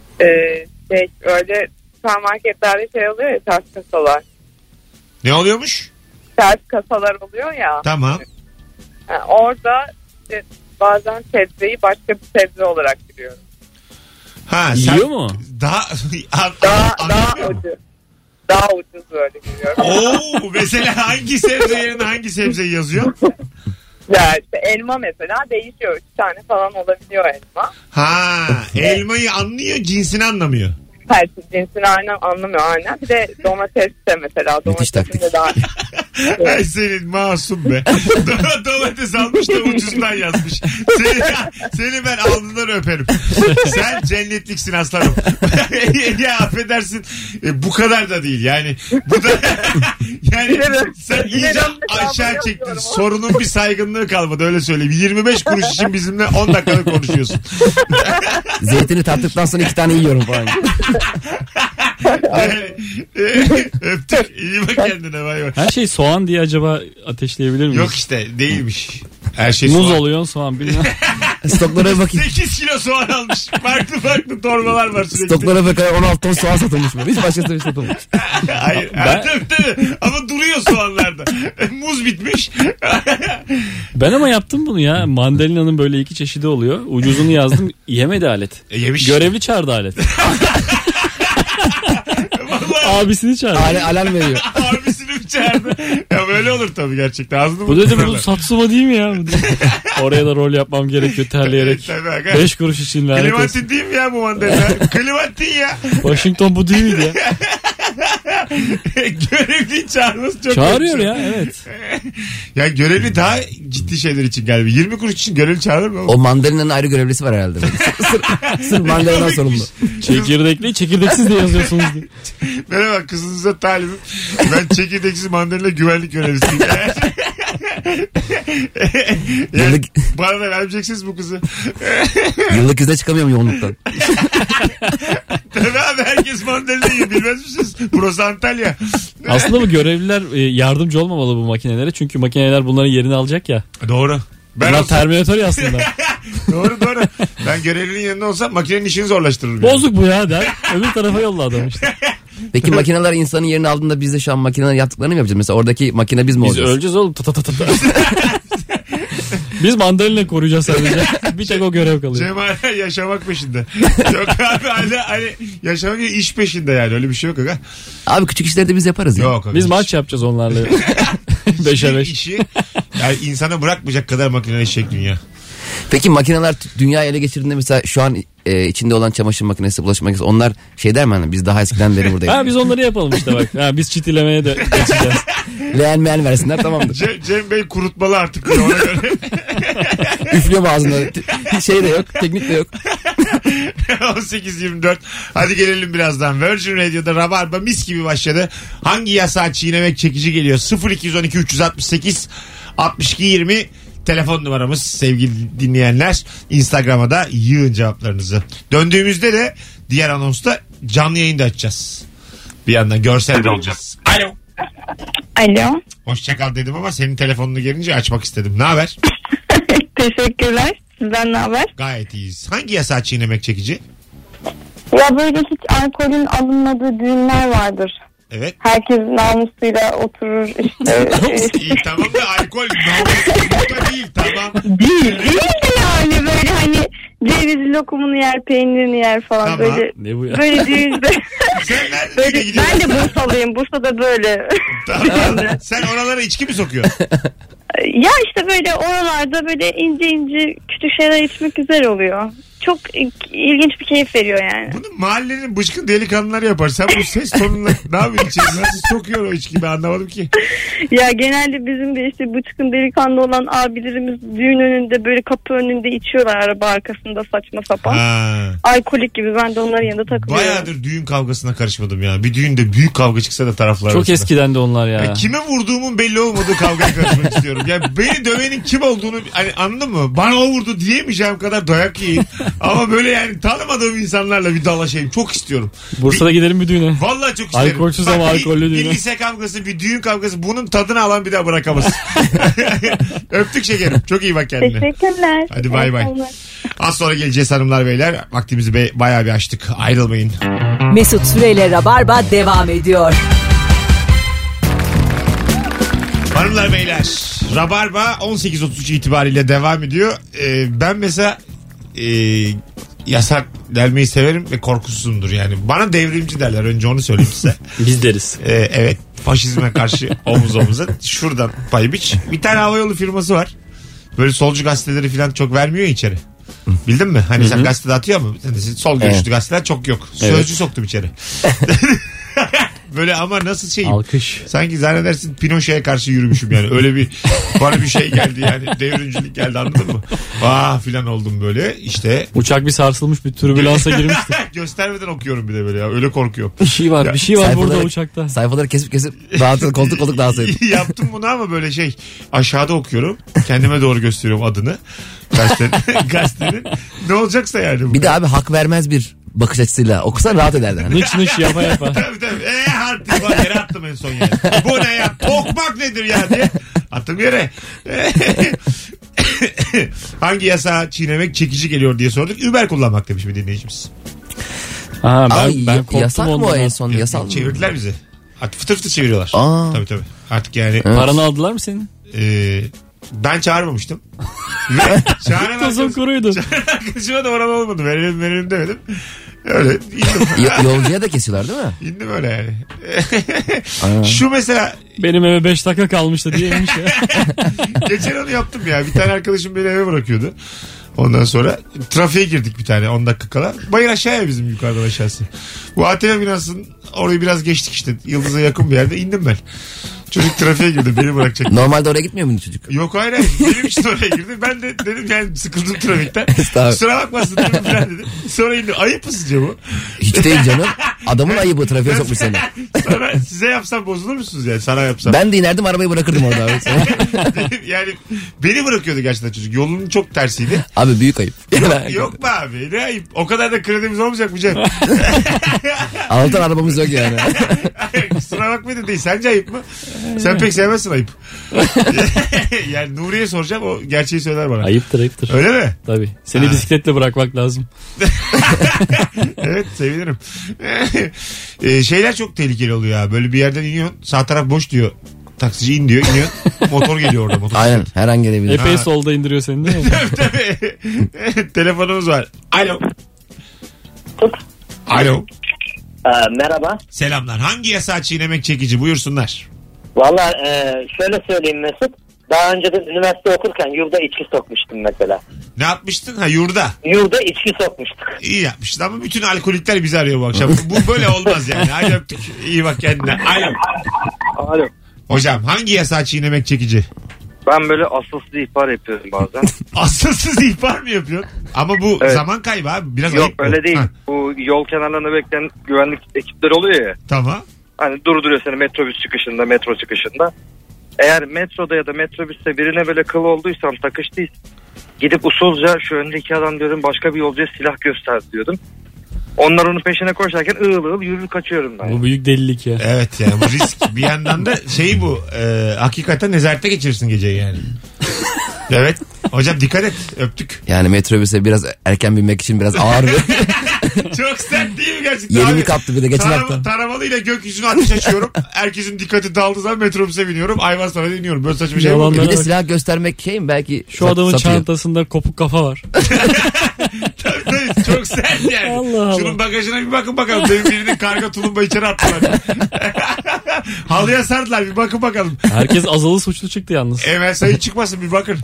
Öyle süpermarketlerde şey oluyor ya, ters kasalar. Ne oluyormuş? Ters kasalar oluyor ya. Tamam. Yani orada işte bazen sebzeyi başka bir sebze olarak görüyorum. Ha, Yiyor mu? Daha Daha anlamıyor musun? ucuz. Daha ucuz böyle görüyorum. Oo, mesela hangi sebze yerine hangi sebzeyi yazıyor? Ya işte elma mesela değişiyor. 3 tane falan olabiliyor elma. Ha, elmayı anlıyor, cinsini anlamıyor. Her cinsini aynen anlamıyor aynen. Bir de domates de mesela. Müthiş Domatesin de taktik. daha... Ay senin masum be. Domates almış da ucuzundan yazmış. Seni ben alnından öperim. Sen cennetliksin aslanım. Ya affedersin bu kadar da değil yani. Bu da yani Bilirim. sen iyice Bilirim. aşağı çektin. Yapıyorum. Sorunun bir saygınlığı kalmadı öyle söyleyeyim. 25 kuruş için bizimle 10 dakikada konuşuyorsun. Zeytini tattıktan sonra 2 tane yiyorum falan. Yani, öptük. İyi bak kendine bay bay. Her şey soğan diye acaba ateşleyebilir miyiz? Yok işte değilmiş. Her şey Muz soğan. oluyor soğan bilmem. Stoklara bakayım. 8 kilo soğan almış. Farklı farklı torbalar var sürekli. Stoklara bakayım 16 ton soğan satılmış mı? Hiç başkası bir satılmış. Hayır. Ben- Tabii. Ama duruyor soğanlarda. Muz bitmiş. Ben ama yaptım bunu ya. Mandalina'nın böyle 2 çeşidi oluyor. Ucuzunu yazdım. Yemedi alet. Yemiş. Görevli çağırdı alet. Abisini çağırdı. Alarm veriyor. Abisini mi çağırdı? Ya böyle olur tabii gerçekten. Ağzını Bu dedim tutarlar. bu Satsuma değil mi ya? Oraya da rol yapmam gerekiyor terleyerek. Tabii aga. 5 kuruş için lanet olsun. Klimantin değil mi ya bu mandalina? Klimantin ya. Washington bu değil miydi ya? Görevli çağırması çok Çağırıyor garip. ya evet. Ya görevli daha ciddi şeyler için galiba. 20 kuruş için görevli çağırır mı? O mandalina'nın ayrı görevlisi var herhalde. Sırf mandalina sorumlu. Çekirdekli çekirdeksiz de yazıyorsunuz diye. Merhaba kızınıza talibim. Ben çekirdeksiz mandalina güvenlik görevlisiyim. Yani Yıllık, bana da vermeyeceksiniz bu kızı. yıllık izne çıkamıyorum yoğunluktan. Tabii abi herkes mandalina yiyor bilmez misiniz? Burası Antalya. Aslında bu görevliler yardımcı olmamalı bu makinelere. Çünkü makineler bunların yerini alacak ya. Doğru. Ben Bunlar olsam, Terminator ya aslında. doğru. Ben görevlinin yanında olsam makinenin işini zorlaştırırım. Bozuk bu ya der. Öbür tarafa yolla adam işte. Peki makineler insanın yerini aldığında biz de şu an makineler yaptıklarını mı yapacağız? Mesela oradaki makine biz mi Biz olacağız? öleceğiz oğlum. Ta ta ta ta. Biz mandalina koruyacağız sadece. Bir tek o görev kalıyor. Cem hala yaşamak peşinde. Yok abi hala hani yaşamak değil, iş peşinde yani öyle bir şey yok aga. Abi küçük işleri de biz yaparız ya. Yok aga. Biz hiç. maç yapacağız onlarla. 5'e 5. İşi yani insana bırakmayacak kadar makine eşek dünya. Peki makineler dünyayı ele geçirdiğinde mesela şu an içinde olan çamaşır makinesi, bulaşık makinesi onlar şey der mi hani biz daha eskiden beri buradayız. Ha biz onları yapalım işte bak. Ha biz çitilemeye de geçeceğiz. Leğen meğen versinler tamamdır. Cem Bey kurutmalı artık diyor ona göre. Üflüyorum ağzına. Şey de yok. Teknik de yok. 18.24. Hadi gelelim birazdan. Virgin Radio'da Rabarba mis gibi başladı. Hangi yasağı çiğnemek çekici geliyor? 0212 368 62 20 telefon numaramız sevgili dinleyenler. Instagram'a da yığın cevaplarınızı. Döndüğümüzde de diğer anonsta canlı yayında açacağız. Bir yandan görsel de olacağız. Alo. Alo. Hoşçakal dedim ama senin telefonunu gelince açmak istedim. Ne haber? Teşekkürler. Sizden ne haber? Gayet iyiyiz. Hangi yasağı çiğnemek çekici? Ya böyle hiç alkolün alınmadığı düğünler vardır. Evet. Herkes namusuyla oturur işte. İyi tamam da alkol namuslu değil tamam. Değil de yani böyle hani ceviz lokumunu yer, peynirini yer falan Tamam. böyle. Ne bu ya? Böyle düğünde. Sen nerede Böyle, gidiyorsun? ben de Bursalıyım. Bursa'da böyle. Tamam. Sen oralara içki mi sokuyorsun? Ya işte böyle oralarda böyle ince ince küçük şeyler içmek güzel oluyor. Çok ilginç bir keyif veriyor yani. Bunu mahallenin bıçkın delikanlıları yapar. Sen bu ses tonunla ne yapıyorsun içeri? Nasıl sokuyor o içkiyi ben anlamadım ki. Ya genelde bizim de işte bıçkın delikanlı olan abilerimiz düğün önünde böyle kapı önünde içiyorlar araba arkasında saçma sapan. Ha. Alkolik gibi ben de onların yanında takılıyorum. Bayağıdır düğün kavgasına karışmadım ya. Bir düğünde büyük kavga çıksa da taraflar Çok arasında. eskiden de onlar ya. Kime vurduğumun belli olmadığı kavgaya karışmak istiyorum. Yani beni dövenin kim olduğunu hani anladın mı? Bana o vurdu diyemeyeceğim kadar dayak yiyeyim. Ama böyle yani tanımadığım insanlarla bir dalaşayım. Çok istiyorum. Bursa'da gidelim bir düğüne. Vallahi çok isterim. Alkolsüz Bak, ama alkollü bir düğüne. lise kavgası, bir düğün kavgası. Bunun tadını alan bir daha bırakamaz. Öptük şekerim. Çok iyi bak kendine. Teşekkürler. Hadi bay bay. Eyvallah. Az sonra geleceğiz hanımlar beyler. Vaktimizi bayağı bir açtık. Ayrılmayın. Mesut Süreyle Rabarba devam ediyor. Hanımlar beyler. Rabarba 18.33 itibariyle devam ediyor. Ben mesela yasak delmeyi severim ve korkusuzumdur yani. Bana devrimci derler. Önce onu söyleyeyim size. Biz deriz. Evet. Faşizme karşı omuz omuza. Şuradan pay biç. Bir tane havayolu firması var. Böyle solcu gazeteleri falan çok vermiyor ya içeri. Bildin mi? Hani sen gazetede atıyor ama sol görüşlü gazeteler çok yok. Sözcü soktum içeri. Böyle ama nasıl şeyim? Alkış. Sanki zannedersin Pinochet'e karşı yürümüşüm yani. Öyle bir bana bir şey geldi yani. Devrimcilik geldi anladın mı? Vah filan oldum böyle işte. Uçak bir sarsılmış bir türbülansa girmişti. Göstermeden okuyorum bir de böyle ya. Öyle korkuyorum. Bir şey var. Bir şey var burada uçakta. Sayfaları kesip dağıtın koltuk dağıtın. Yaptım bunu ama böyle şey aşağıda okuyorum. Kendime doğru gösteriyorum adını. Gazetenin. Ne olacaksa yani. Bir de abi hak vermez bir bakış açısıyla okusan rahat ederdin. Hani. Nıç nıç yapa yapa. Tabii. Artık bak yere attım en son yani. Bu ne ya? Tokmak nedir ya diye. Attım yere. Hangi yasağı çiğnemek çekici geliyor diye sorduk. Uber kullanmak demiş bir dinleyicimiz. Aha, Ay, ben korktum yasak mı o ondan. en son? Yasal mı? Çevirdiler bizi. Artık fıtır fıtır çeviriyorlar. Aa. Tabii. Artık yani. Paranı aldılar mı senin? Ben çağırmamıştım. Ve çağıran Tozun kuruydu. arkadaşıma da oran olmadı. Verelim demedim. Öyle indim. Yolcuya da kesiyorlar değil mi? İndim öyle yani. Şu mesela Benim eve 5 dakika kalmıştı diyemiş ya. geçen onu yaptım ya. Bir tane arkadaşım beni eve bırakıyordu. Ondan sonra trafiğe girdik bir tane 10 dakika kala. Bayır aşağıya bizim yukarıdan aşağısı. Bu ATM binasının orayı biraz geçtik işte. Yıldız'a yakın bir yerde indim ben. Çocuk trafiğe girdi beni bırakacak. Normalde oraya gitmiyor muydu çocuk? Yok hayır. Benim için oraya girdi. Ben de dedim yani sıkıldım trafikten. Estağfurullah. Kusura bakmasın dedim falan dedim. Sonra indim. Ayıp mı sizce bu? Hiç değil canım. Adamın ayıbı trafiğe sokmuş seni. Sana, size yapsam bozulur musunuz yani? Sana yapsam. Ben de inerdim arabayı bırakırdım orada abi. Yani beni bırakıyordu gerçekten çocuk. Yolunun çok tersiydi. Abi büyük ayıp. Yok be abi ne ayıp. O kadar da kredimiz olmayacak mı Cem? Altan arabamız yok yani. Kusura bakmayın değil. Sence ayıp mı? Sen pek sevmezsin ayıp. Yani Nuriye soracağım o gerçeği söyler bana. Ayıptır. Öyle mi? Tabii. Seni bisikletle bırakmak lazım. Evet sevinirim. Şeyler çok tehlikeli oluyor ya. Böyle bir yerden iniyorsun. Sağ taraf boş diyor. Taksici in diyor. İniyor. Motor geliyor orada. Motor. Aynen her an gelebilir. Epey solda indiriyor seni değil mi? Tabii. Telefonumuz var. Alo. Alo. Merhaba. Selamlar. Hangi yasağı çiğnemek çekici? Buyursunlar. Valla şöyle söyleyeyim Mesut. Daha önce de üniversite okurken yurda içki sokmuştum mesela. Ne yapmıştın? Ha yurda. Yurda içki sokmuştuk. İyi yapmışsın ama bütün alkolikler bizi arıyor bu akşam. Bu böyle olmaz yani. Hadi öptük. İyi bak kendine. Alo. Alo. Hocam hangi yasağı çiğnemek çekici? Ben böyle asılsız ihbar yapıyorum bazen. Asılsız ihbar mı yapıyorsun? Ama bu Evet. zaman kaybı abi. Biraz Yok ayıp bu. öyle değil. Ha, Bu yol kenarlarında bekleyen güvenlik ekipleri oluyor ya. tamam. Hani durduruyor seni metrobüs çıkışında, metro çıkışında. Eğer metroda ya da metrobüste birine böyle kıl olduysam, takıştıysam gidip usulca şu öndeki adam diyorum başka bir yolcuya silah göster diyordum. Onlar onun peşine koşarken ığıl yürür kaçıyorum ben. Bu büyük delilik ya. Evet yani bu risk. Bir yandan da bu. Hakikaten nezarette geçirirsin geceyi yani. Evet. Hocam dikkat et. Öptük. Yani metrobüse biraz erken binmek için biraz ağır bir Çok sert değil mi gerçekten? yerimi Abi, kaptı bir de geçen hafta. Taramalıyla gökyüzüne ateş açıyorum. Herkesin dikkati daldığı zaman metrobüse biniyorum. Ayvan sonra iniyorum. Böyle saçma şey mi? Yalanlar- Bir de silah göstermek şey mi belki Şu adamın satıyor. çantasında kopuk kafa var. Tabii, çok sert yani. Allah Allah. Şunun bagajına bir bakın bakalım. Demin birinin karga tulumba içeri attılar. Halıya sardılar, bir bakın bakalım. Herkes azalı suçlu çıktı yalnız. Emel sayı çıkmasın, bir bakın.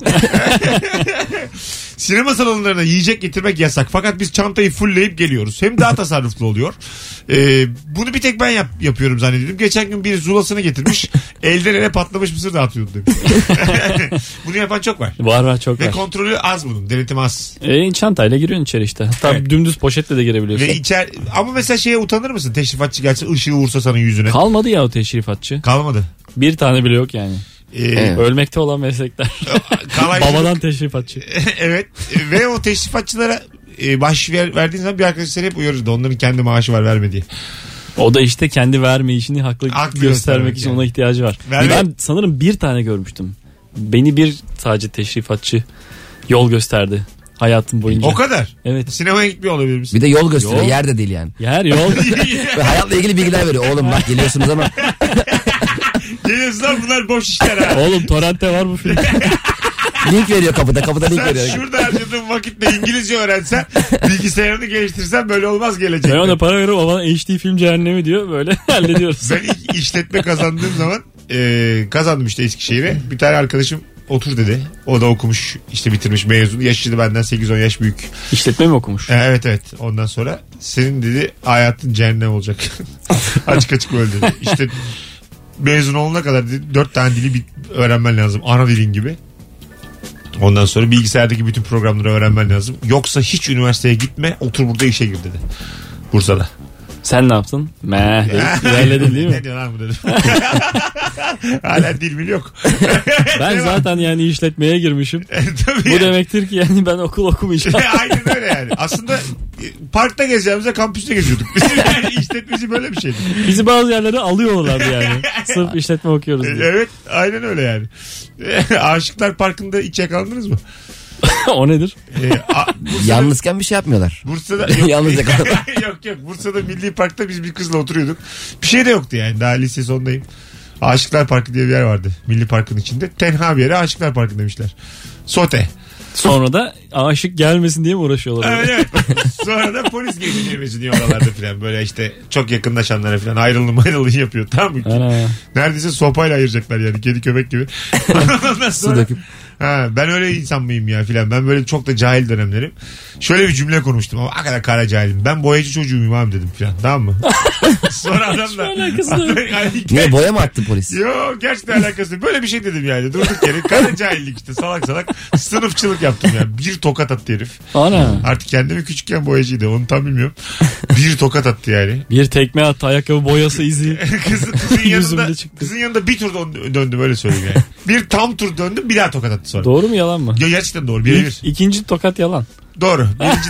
Sinema salonlarına yiyecek getirmek yasak. Fakat biz çantayı fullleyip geliyoruz. Hem daha tasarruflu oluyor. Bunu bir tek ben yapıyorum zannediyorum. Geçen gün bir zulasını getirmiş. Elden ele patlamış mısır dağıtıyordu demiş. Bunu yapan çok var. Var çok Ve var. kontrolü az bunun. Denetim az. Çantayla giriyorsun içeri işte. Hatta Evet. dümdüz poşetle de girebiliyorsun. Ve ama mesela şeye utanır mısın? Teşrifatçı gelse ışığı vursa sana yüzüne. Kalmadı ya o teşrifatçı. Kalmadı. Bir tane bile yok yani. Evet. Ölmekte olan meslekler. Kalaycılık. Babadan teşrifatçı. Evet. Ve o teşrifatçılara baş verdiğin zaman bir arkadaş seni hep uyarırdı. Onların kendi maaşı var, verme diye. O da işte kendi verme işini haklı Haklı göstermek göstermek için yani. ona ihtiyacı var. Ben sanırım bir tane görmüştüm. Beni sadece teşrifatçı yol gösterdi hayatım boyunca. O kadar. Evet. Sinemaya gitmiyor olabilir misin? Bir de yol gösteriyor. Yol. Yer de değil yani. Yer yol. Ve hayatla ilgili bilgiler veriyor. Oğlum bak geliyorsunuz ama Geliyorsun lan, bunlar boş işler ha. Oğlum torrentte var bu film. link veriyor kapıda. Kapıda link Sen veriyor. şurada harcadığın vakitle İngilizce öğrensen, bilgisayarını geliştirsen böyle olmaz gelecekte. Ben ona para veriyorum, o bana HD film cehennemi diyor, böyle hallediyoruz. Ben ilk işletme kazandığım zaman kazandım işte Eskişehir'e. Bir tane arkadaşım otur dedi. O da okumuş, işte bitirmiş, mezun. Yaşı benden 8-10 yaş büyük. İşletme mi okumuş? Evet. Ondan sonra senin dedi hayatın cehennem olacak. Açık açık böyle dedi. İşte mezun olana kadar dedi 4 tane dili öğrenmen lazım. Ana dilin gibi. Ondan sonra bilgisayardaki bütün programları öğrenmen lazım. Yoksa hiç üniversiteye gitme, otur burada işe gir dedi. Bursa'da. Sen ne yaptın? İlerledin değil mi? Ne diyor lan bu dedim. Hala dil bil yok. Ben zaten yani işletmeye girmişim. Tabii Bu yani. demektir ki yani ben okul okumayacağım. Aynen öyle yani. Aslında parkta gezeceğimize kampüste geziyorduk. Bizim yani işletmeci böyle bir şeydi. Bizi bazı yerlere alıyorlardı yani. Sırf işletme okuyoruz diye. Evet, aynen öyle yani. Aşıklar Parkı'nda hiç yakalandınız mı? O nedir? Yalnızken bir şey yapmıyorlar. Bursa'da yok. Yalnız yakalandı. yok. Bursa'da Milli Park'ta biz bir kızla oturuyorduk. Bir şey de yoktu yani. Daha lise sondayım. Aşıklar Parkı diye bir yer vardı. Milli Park'ın içinde. Tenha bir yere Aşıklar Parkı demişler. Sote. Sonra da aşık gelmesin diye mi uğraşıyorlar? Evet. Sonra da polis geliyor mezuniyor oralarda falan. Böyle işte çok yakınlaşanlara falan ayrılın yapıyor. Tamam mı? Ana. Neredeyse sopayla ayıracaklar yani. Kedi köpek gibi. Ondan Su sonra, döküp. ben öyle insan mıyım ya filan. Ben böyle çok da cahil dönemlerim. Şöyle bir cümle konuştum ama ne kadar kara cahilim. Ben boyacı çocuğuyum abi dedim filan. Tamam mı? Sonra adam da. Niye boya mı attı polis? Yok, gerçekten alakası yok. Böyle bir şey dedim yani. Durduk yere kara cahillik işte, salak sınıfçılık yaptım ya. Bir tokat attı herif. Ana. Artık kendimi küçükken boyacıydı. Onu tam bilmiyorum. Bir tokat attı yani. Bir tekme attı, ayakkabı boyası izi. Kızın yanında bir tur döndüm, öyle söyleyeyim yani. Bir tam tur döndüm, bir daha tokat attı sonra. Doğru mu yalan mı? Ya gerçekten doğru. Birebir. İkinci tokat yalan. Doğru.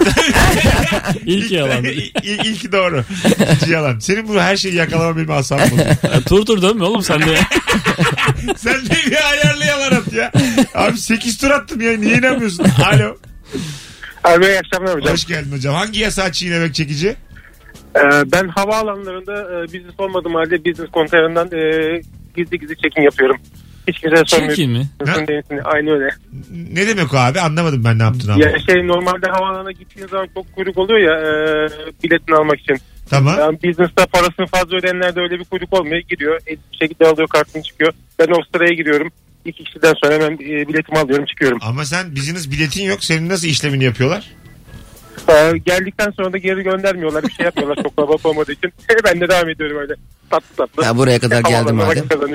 İlki yalan. İlki doğru. İkinci yalan. Senin bu her şeyi yakalama benim asabım oldu. Tur dönme oğlum sen de. Sen de bir ayarlı yalan at ya. Abi 8 tur attım ya. Niye inanmıyorsun? Alo. Abi iyi akşamlar hocam. Hoş geldin hocam. Hangi yasağı çiğnemek çekici? Ben havaalanlarında business olmadığım halde business konteynerinden gizli çekim yapıyorum. Hiç kimseye sormuyorum. Çekin mi? Aynı öyle. Ne demek o abi? Anlamadım ben ne yaptığını ama. Ya normalde havaalanına gittiğiniz zaman çok kuyruk oluyor ya biletini almak için. Tamam. Yani business'ta parasını fazla ödeyenlerde öyle bir kuyruk olmuyor. Gidiyor bir şekilde alıyor, kartını çıkıyor. Ben o sıraya gidiyorum. 2 kişiden sonra hemen biletimi alıyorum, çıkıyorum. Ama sen business biletin yok. Senin nasıl işlemini yapıyorlar? Geldikten sonra da geri göndermiyorlar. Bir şey yapmıyorlar çok kalabalık olmadığı için. Ben de devam ediyorum öyle. Tatlı. Ya buraya kadar geldim Havaalanına madem. vakit kazanıyorum.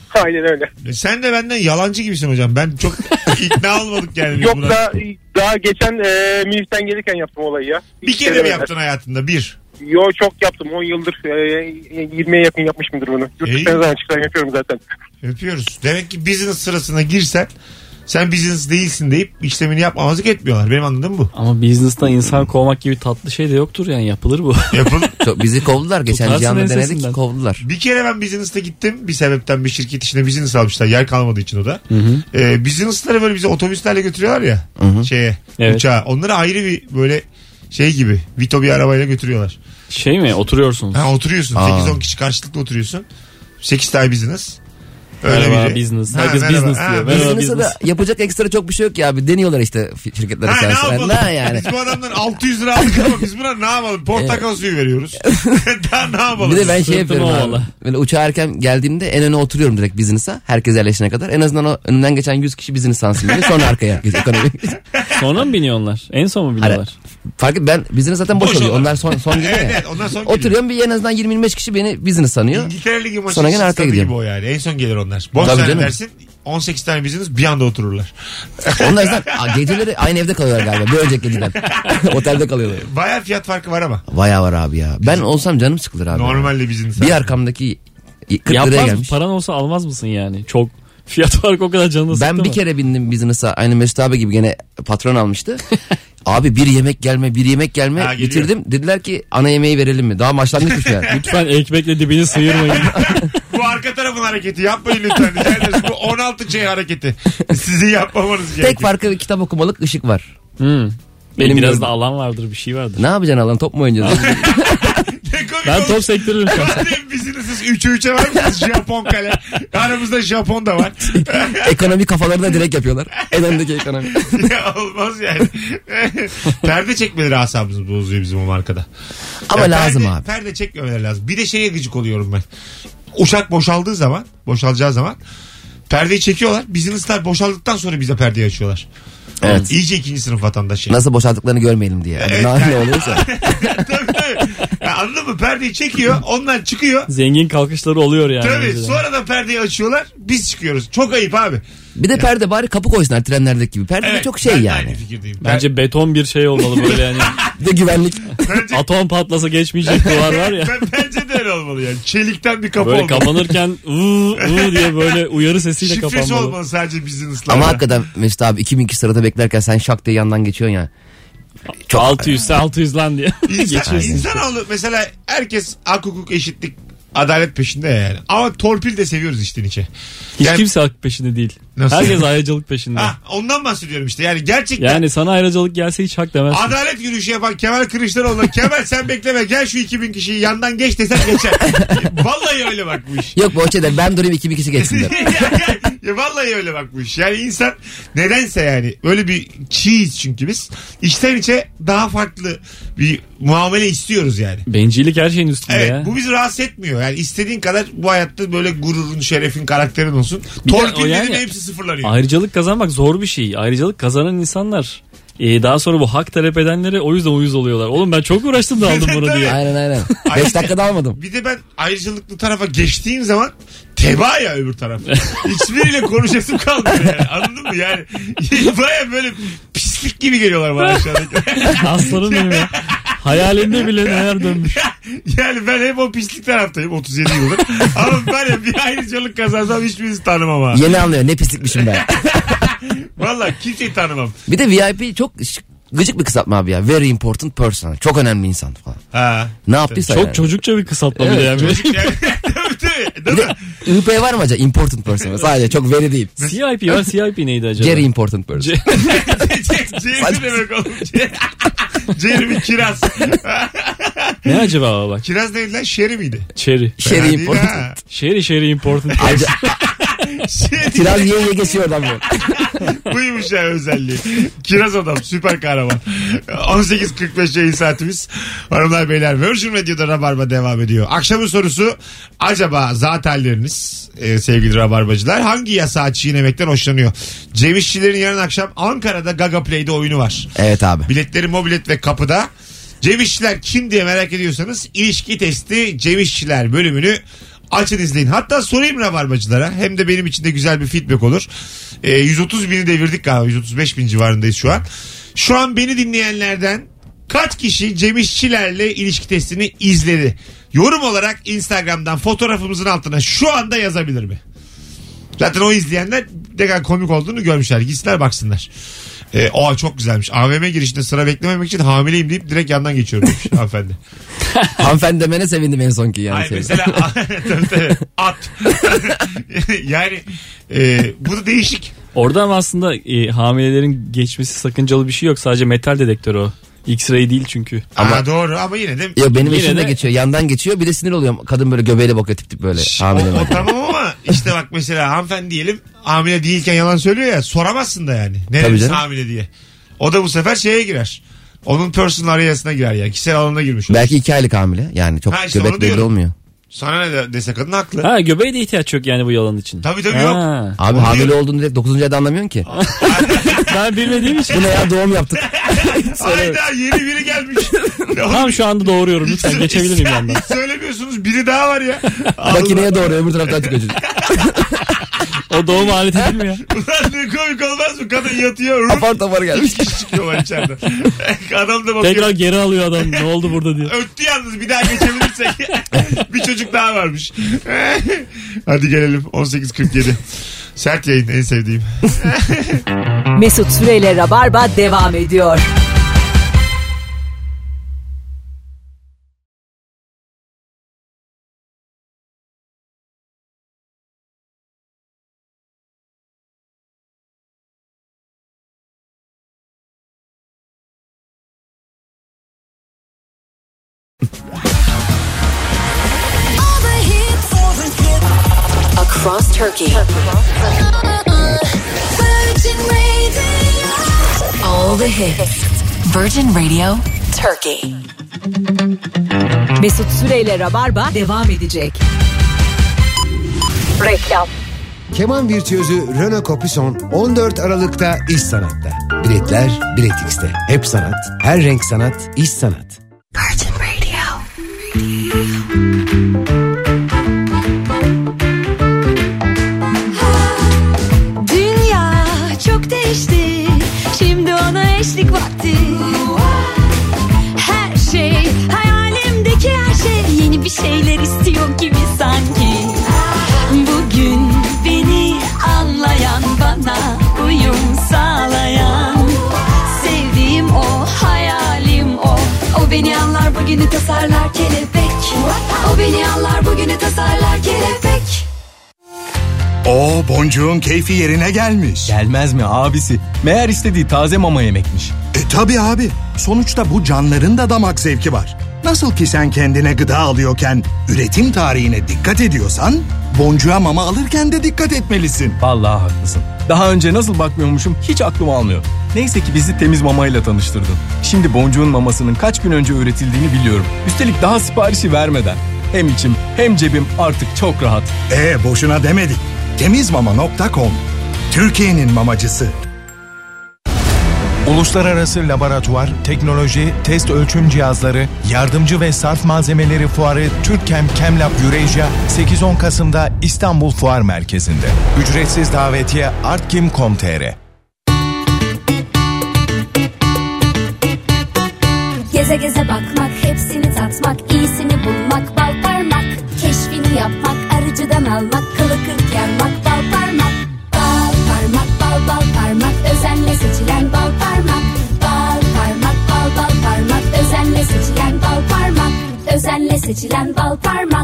Aynen öyle. Sen de benden yalancı gibisin hocam. Ben çok ikna olmadık yani. Yok daha geçen Minif'ten gelirken yaptım olayı ya. Bir kere mi yaptın hayatında? Bir. Yo çok yaptım 10 yıldır 20'ye yakın yapmışımdır bunu. Yurt dışına zaman çıkan yapıyorum zaten. Yapıyoruz. Demek ki business sırasına girsen sen business değilsin deyip işlemini yapmamazlık etmiyorlar. Benim anladığım bu. Ama business'ta insan kovmak gibi tatlı şey de yoktur yani, yapılır bu. Bizi kovdular geçen Tutarsın Cihan'da denedik ensesinden. kovdular. Bir kere ben business'ta gittim. Bir sebepten bir şirket içinde business almışlar. Yer kalmadığı için o da. Business'ları böyle bize otobüslerle götürüyorlar ya. Şeye. Evet. Uçağa. Onları ayrı bir böyle şey gibi. Vito bir arabayla götürüyorlar. Şey mi, oturuyorsunuz? Ha, oturuyorsun. 8-10 kişi karşılıklı oturuyorsun. 8 tane business. Öyle Merhaba biri. business. Ha, Herkes merhaba. business Ha, diyor. Merhaba Business'ta business. da yapacak ekstra çok bir şey yok ya abi. Deniyorlar işte şirketler Ha, ne içerisinde. yapalım? Ne yani? Biz bu adamdan 600 lira aldık ama biz buna ne yapalım? Portakal suyu veriyoruz. Daha ne yapalım? Bir de ben şey Sırtım yapıyorum abi. ovalı. Böyle uçağa erken geldiğimde en öne oturuyorum direkt business'a. Herkes yerleşene kadar. En azından o önünden geçen 100 kişi business sansın diye. Sonra arkaya geçiyor ekonomi. Sonra mı biniyor onlar? En son mu biniyorlar? Fark et, ben business zaten boş oluyor. olan. Onlar son geliyor Evet, ya. evet, onlar son geliyor. Oturuyorum bir en azından 20-25 kişi beni business sanıyor. İngiltere Ligi maçı Sonra gene arkaya stadı gidiyorum. gibi o yani. En son gelir onlar. Boş Tabii canım. zannedersin 18 tane business bir anda otururlar. Onlar zaten geceleri aynı evde kalıyorlar galiba. Bir önceki geceden. Otelde kalıyorlar. Baya fiyat farkı var ama. Bayağı var abi ya. Ben olsam canım sıkılır abi. Normalde business. Bir arkamdaki 40 liraya Yapmaz mı? gelmiş. Paran olsa almaz mısın yani? Çok fiyat farkı o kadar canını sıktı Ben mı? bir kere bindim business'a. Aynı Mesut abi gibi gene patron almıştı. Abi bir yemek gelme Ha, geliyor. bitirdim. Dediler ki ana yemeği verelim mi? Daha başlangıçmış yani. Lütfen ekmekle dibini sıyırmayın. Bu arka tarafın hareketi yapmayın lütfen. Rica ederiz. Bu 16 hareketi. Sizin yapmamanız gerekiyor. Tek farkı kitap okumalık ışık var. Benim Benim biraz gördüm. da alan vardır, bir şey vardır. Ne yapacaksın alan top mu oynayacağız? Ne komik Ben olmuş. top sektörürüm şahsen. Bizim siz 3'e 3'e var mısınız? Japon kale. Aramızda Japon da var. Ekonomi kafalarına direkt yapıyorlar. En öndeki ekonomi. Ya olmaz yani. Perde çekmeleri asabımızı bozuyor bizim o markada. Ama Ya lazım perde, abi. Perde çekmemeleri lazım. Bir de şeye gıcık oluyorum ben. Uçak boşalacağı zaman perdeyi çekiyorlar. Business'lar boşaldıktan sonra bize perdeyi açıyorlar. Evet. İyice ikinci sınıf vatandaşı. Nasıl boşalttıklarını görmeyelim diye. Evet, Ne oluyorsa. Tabii tabii. Ya anladın mı? Perdeyi çekiyor. Onlar çıkıyor. Zengin kalkışları oluyor yani. Tabii. önceden. Sonra da perdeyi açıyorlar. Biz çıkıyoruz. Çok ayıp abi. Bir de perde bari kapı koysunlar trenlerdeki gibi. Perde de Evet, çok şey ben de yani. aynı fikirdeyim. Bence beton bir şey olmalı böyle yani. Bir de güvenlik. Bence, Atom patlasa geçmeyecek duvar var ya. bence de öyle olmalı yani. Çelikten bir kapı Böyle olmalı. kapanırken diye böyle uyarı sesiyle Şifresi kapanmalı. olmalı sadece business'lar. Ama hakikaten Mesut abi 2000 kişi sırada beklerken sen şak diye yandan geçiyorsun ya. Çok 600 lan diye. İnsanoğlu mesela herkes hak hukuk eşitlik adalet peşinde yani. Ama torpil de seviyoruz içten içe. Hiç Yani- kimse hak peşinde değil. Nasıl? Herkes ayrıcalık peşinde. Ha, ondan bahsediyorum işte. Yani gerçekten Yani sana ayrıcalık gelse hiç hak demezsin. adalet yürüyüşü yapan Kemal Kılıçdaroğlu'na Kemal sen bekleme gel şu 2000 kişiyi yandan geç desen geçer. Vallahi öyle bak bu iş. Yok Boğaçe'de ben durayım 2000 kişi geçsin der. Ya vallahi öyle bak bu iş. Yani insan nedense yani öyle bir çiğiz çünkü biz. İçten içe daha farklı bir muamele istiyoruz yani. Bencillik her şeyin üstünde Evet ya. bu bizi rahatsız etmiyor. Yani istediğin kadar bu hayatta böyle gururun, şerefin, karakterin olsun. Bir de o Torpillerin yani- hepsi sıfırlanıyor. Ayrıcalık kazanmak zor bir şey. Ayrıcalık kazanan insanlar daha sonra bu hak talep edenlere o yüzden uyuz oluyorlar. Oğlum ben çok uğraştım da aldım bunu diye. Aynen. 5 dakikada almadım. Bir de ben ayrıcalıklı tarafa geçtiğim zaman teba ya öbür taraf. Hiçbiriyle konuşasım kalmıyor yani. Anladın mı? Yani baya böyle pislik gibi geliyorlar bana aşağıdaki. Aslanım benim ya. Hayalinde bile neler dönmüş. Yani ben hep o pislik taraftayım 37 yıldır. Ama ben hep bir ayrıcalık kazansam hiçbirinizi tanımam ha. Yeni anlıyor ne pislikmişim ben. Valla kimseyi tanımam. Bir de VIP çok gıcık bir kısaltma abi ya. Very important person. Çok önemli insan falan. Ha. Ne yaptıysa Çok yani. çocukça bir kısaltma bir de yani. Yani, tabii. Değil mi? IP var mı acaba? Important person. Sadece çok very değil. CIP var. CIP neydi acaba? Very important person. Jeremy demek oğlum. Jeremy Kiraz. Ne acaba o bak? Kiraz değil lan Sherry miydi? Cherry. Fena Sherry değil important. ha. Sherry important. Sherry. Kiraz ye geçiyor oradan böyle. Buymuş ya özelliği. Kiraz adam süper kahraman. 18.45 yayın saatimiz. Hanımlar beyler Virgin Radio'da Rabarba devam ediyor. Akşamın sorusu acaba zat halleriniz sevgili Rabarbacılar hangi yasağı çiğnemekten hoşlanıyor? Cem İşçilerin yarın akşam Ankara'da Gaga Play'de oyunu var. Evet abi. Biletleri Mobilet ve kapıda. Cem İşçiler kim diye merak ediyorsanız ilişki testi Cem İşçiler bölümünü Açın izleyin. Hatta sorayım rabarbacılara. Hem de benim için de güzel bir feedback olur. 130 bini devirdik galiba. 135 bin civarındayız şu an. Şu an beni dinleyenlerden kaç kişi Cem İşçilerle ilişki testini izledi? Yorum olarak Instagram'dan fotoğrafımızın altına şu anda yazabilir mi? Zaten o izleyenler ne kadar komik olduğunu görmüşler. Gitsinler baksınlar. Çok güzelmiş. AVM girişinde sıra beklememek için hamileyim deyip direkt yandan geçiyorum demiş hanımefendi. Hanımefendi demene sevindim en sonki yani. Hayır mesela tabii, at. Yani bu da değişik. Orada ama aslında hamilelerin geçmesi sakıncalı bir şey yok. Sadece metal dedektörü o. X-ray değil çünkü. Ama doğru ama yine de. Yok benim eşim de geçiyor. Yandan geçiyor. Bir de sinir oluyorum. Kadın böyle göbeğiyle bakıyor tip tip böyle. Hamile. O tamam ama işte bak mesela hanımefendi diyelim hamile değilken yalan söylüyor ya, soramazsın da yani. Neresi hamile diye. O da bu sefer şeye girer. Onun personal arayasına girer yani. Kişisel alanına girmiş olur. Belki 2 aylık hamile. Yani çok işte göbek belli olmuyor. Sana ne dese kadın haklı. Ha, göbeğe de ihtiyaç yok yani bu yalan için. Tabii yok. Abi hamile olduğunu direkt 9. ayda anlamıyorsun ki. Ben bilmediğim için. Bu ne ya, doğum yaptık. Hayda yeni biri gelmiş. Tamam şu anda doğuruyorum lütfen geçebilir miyim yandan? Hiç söylemiyorsunuz, biri daha var ya. Makineye doğru öbür taraftan çıkıyor çocuk. O doğum aleti değil mi ya? Ulan ne komik olmaz mı? Kadın yatıyor. Apar topar gelmiş. 3 kişi çıkıyorlar içeriden. Adam da bakıyor. Tekrar geri alıyor adam. Ne oldu burada diyor. Öttü yalnız, bir daha geçebilirsek. Bir çocuk daha varmış. Hadi gelelim 18.47. Sert yayın en sevdiğim. Mesut Süreyle Rabarba devam ediyor. Across Turkey. All the hits. Virgin Radio Turkey. Mesut Süreyle Rabarba devam edecek. Reklam. Keman virtüözü Renaud Capuçon 14 Aralık'ta İş Sanat'ta. Biletler Bilet X'te. Hep sanat, her renk sanat, iş sanat. Virgin Radio. Dünya çok değişti. Şimdi ona eşlik vakti. Her şey, hayalimdeki her şey yeni bir şeyler istiyor gibi sanki. Bugün beni anlayan, bana uyum sağlayan, sevdiğim o, hayalim o. O beni anlar, bugünü tasarlar kelebek. O beni anlar, bugünü tasarlar kelebek. O boncuğun keyfi yerine gelmiş. Gelmez mi abisi? Meğer istediği taze mama yemekmiş. Tabii abi. Sonuçta bu canların da damak zevki var. Nasıl ki sen kendine gıda alıyorken üretim tarihine dikkat ediyorsan, boncuğa mama alırken de dikkat etmelisin. Vallahi haklısın. Daha önce nasıl bakmıyormuşum hiç aklım almıyor. Neyse ki bizi temiz mamayla tanıştırdın. Şimdi boncuğun mamasının kaç gün önce üretildiğini biliyorum. Üstelik daha siparişi vermeden. Hem içim hem cebim artık çok rahat. Boşuna demedik. Temizmama.com, Türkiye'nin mamacısı. Uluslararası Laboratuvar, Teknoloji, Test Ölçüm Cihazları, Yardımcı ve Sarf Malzemeleri Fuarı Türkchem Chemlab Eurasia 8-10 Kasım'da İstanbul Fuar Merkezi'nde. Ücretsiz davetiye artkim.com.tr. Geze geze bakmak, hepsini tatmak, iyisini bulmak, bal parmak, keşfini yapmak, arıcıdan almak, kılı kırk yarmak, bal parmak. Bal parmak, bal bal parmak, özenle seçilen bal parmak. Bal parmak, bal bal parmak, özenle seçilen bal parmak. Özenle seçilen bal parmak.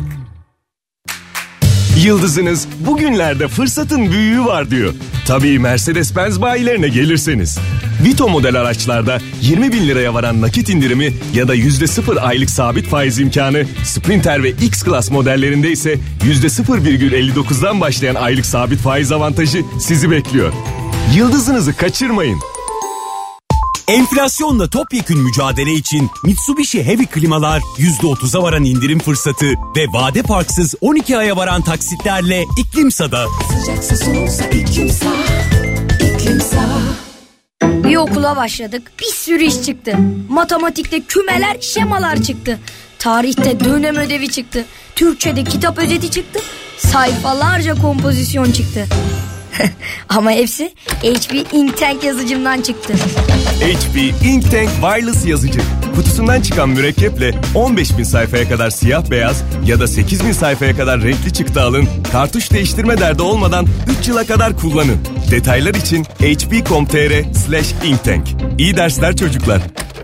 Yıldızınız bugünlerde fırsatın büyüğü var diyor. Tabii Mercedes-Benz bayilerine gelirseniz. Vito model araçlarda 20 bin liraya varan nakit indirimi ya da %0 aylık sabit faiz imkanı, Sprinter ve X-Class modellerinde ise %0,59'dan başlayan aylık sabit faiz avantajı sizi bekliyor. Yıldızınızı kaçırmayın. Enflasyonla topyekün mücadele için Mitsubishi Heavy klimalar %30'a varan indirim fırsatı ve vade farksız 12 aya varan taksitlerle İklimsa'da. Sıcaksa soğuksa iklimsa, iklimsa. Bir okula başladık, bir sürü iş çıktı. Matematikte kümeler, şemalar çıktı. Tarihte dönem ödevi çıktı. Türkçe'de kitap özeti çıktı. Sayfalarca kompozisyon çıktı. Ama hepsi HP Inktank yazıcımdan çıktı. HP Inktank Wireless yazıcı. Kutusundan çıkan mürekkeple 15.000 sayfaya kadar siyah beyaz ya da 8.000 sayfaya kadar renkli çıktı alın. Kartuş değiştirme derdi olmadan 3 yıla kadar kullanın. Detaylar için hp.com.tr/inktank. İyi dersler çocuklar.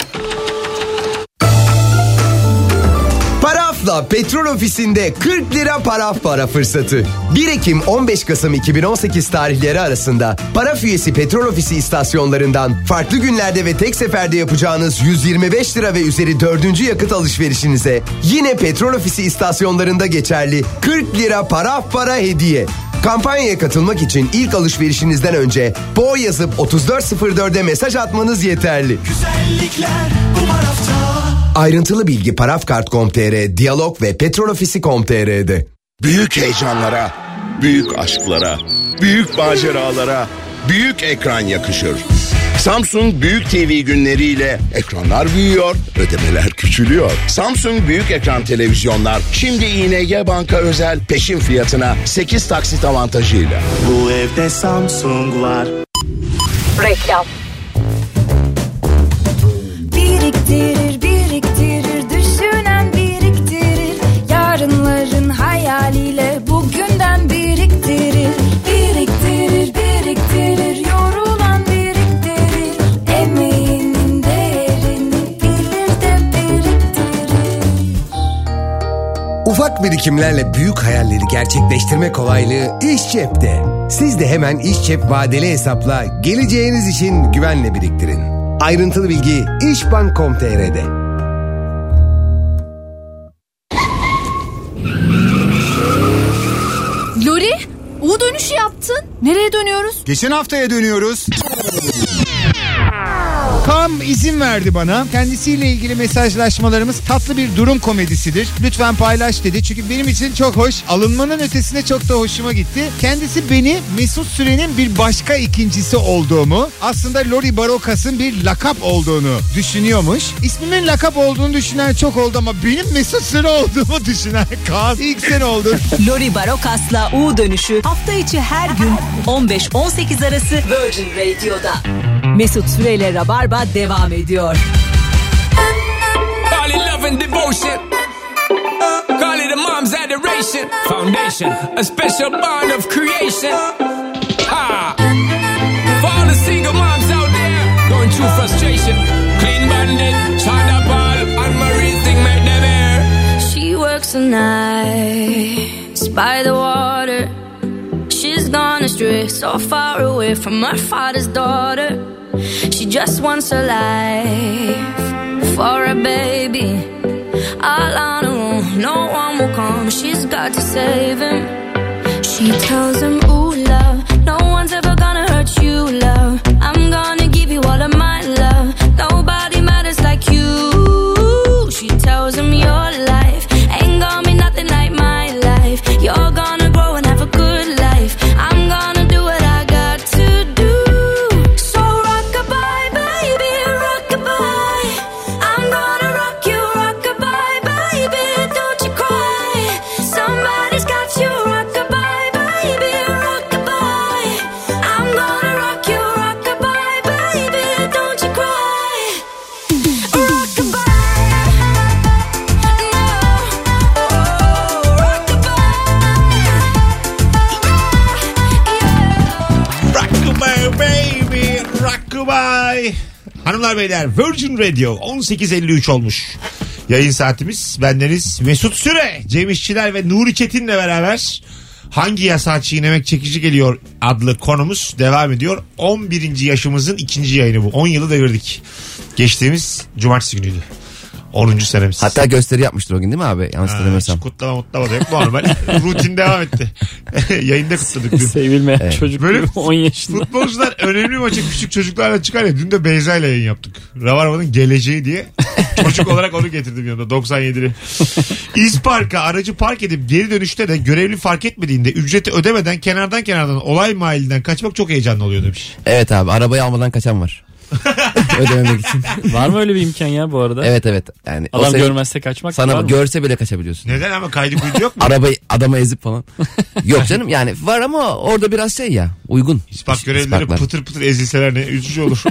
Paraf'la Petrol Ofisi'nde 40 lira paraf para fırsatı. 1 Ekim 15 Kasım 2018 tarihleri arasında Paraf üyesi Petrol Ofisi istasyonlarından farklı günlerde ve tek seferde yapacağınız 125 lira ve üzeri 4. yakıt alışverişinize yine Petrol Ofisi istasyonlarında geçerli 40 lira paraf para hediye. Kampanyaya katılmak için ilk alışverişinizden önce BO yazıp 3404'e mesaj atmanız yeterli. Güzellikler bu parafta. Ayrıntılı bilgi parafkart.com.tr, Diyalog ve petrolofisi.com.tr'de. Büyük heyecanlara, büyük aşklara, büyük maceralara, büyük ekran yakışır. Samsung Büyük TV günleriyle ekranlar büyüyor, ödemeler küçülüyor. Samsung Büyük Ekran televizyonlar şimdi ING Banka özel peşin fiyatına 8 taksit avantajıyla. Bu evde Samsung var. Reklam. Biriktirir, biriktirir, düşünen biriktirir. Yarınların hayaliyle bugünden biriktirir. Biriktirir, biriktirir, yorulan biriktirir. Emeğinin değerini bilir de biriktirir. Ufak birikimlerle büyük hayalleri gerçekleştirme kolaylığı İş Cep'te. Siz de hemen İş Cep vadeli hesapla geleceğiniz için güvenle biriktirin. Ayrıntılı bilgi işbank.com.tr'de. Lori, U dönüşü yaptın. Nereye dönüyoruz? Geçen haftaya dönüyoruz. Kam izin verdi bana. Kendisiyle ilgili mesajlaşmalarımız tatlı bir durum komedisidir. Lütfen paylaş dedi. Çünkü benim için çok hoş. Alınmanın ötesine çok da hoşuma gitti. Kendisi beni Mesut Süren'in bir başka ikincisi olduğumu, aslında Lori Barokas'ın bir lakap olduğunu düşünüyormuş. İsmimin lakap olduğunu düşünen çok oldu ama benim Mesut Süre olduğumu düşünen Kaan ilk sen oldun. Lori Barokas'la U dönüşü hafta içi her gün 15-18 arası Virgin Radio'da. Mesut Süreyle Rabarba devam ediyor. Call it love and devotion. Call it a mom's adoration. Foundation, a special bond of creation. Ha! For all the single moms out there going through frustration. Clean Bandit, China Ball, and Marie thing make them air. She works the nights by the water. She's gone astray, so far away from her father's daughter. She just wants a life for a baby. All on her own, no one will come. She's got to save him. She tells him, ooh, love, no one's ever gonna hurt you, love. I'm gonna give you all of my love. Nobody matters like you. She tells him, your life ain't gonna be nothing like my life. You're gonna grow and have a good life. I'm gonna do what I got to do. So rock-a-bye, baby, rock-a-bye. I'm gonna rock you, rock-a-bye, baby, don't you cry. Somebody's got you, rock-a-bye, baby, rock-a-bye. I'm gonna rock you, rock-a-bye, baby, don't you cry. Rock-a-bye. Rockabye baby, rockabye. Hanımlar beyler, Virgin Radio 18.53 olmuş. Yayın saatimiz. Bendeniz Mesut Süre, Cem İşçiler ve Nuri Çetin'le beraber hangi yasağı çiğnemek çekici geliyor adlı konumuz devam ediyor. 11. yaşımızın 2. yayını bu. 10 yılı devirdik. Geçtiğimiz cumartesi günüydü. 10. senemiz. Hatta gösteri yapmıştır o gün değil mi abi? Yanlış hatırlamıyorsam. Kutlama da yok, normal. Rutin devam etti. Yayında kutladık dün. Sevilmeyen çocuk Böyle 10 yaşında. Futbolcular önemli maça küçük çocuklarla çıkar ya. Dün de Beyza ile yayın yaptık. Rabarba'nın geleceği diye. Çocuk olarak onu getirdim yanında 97'li. İspark'a aracı park edip geri dönüşte de görevli fark etmediğinde ücreti ödemeden kenardan olay mahallinden kaçmak çok heyecanlı oluyor demiş. Evet abi, arabayı almadan kaçan var. Ödememek için. Var mı öyle bir imkan ya bu arada? Evet. Yani Adam görmezse kaçmak sana var mı? Görse bile kaçabiliyorsun. Neden ama kaydı kuydu yok mu? Arabayı adama ezip falan. Yok canım yani var ama orada biraz şey ya uygun. İspak görevlileri pıtır pıtır ezilseler ne üzücü olur.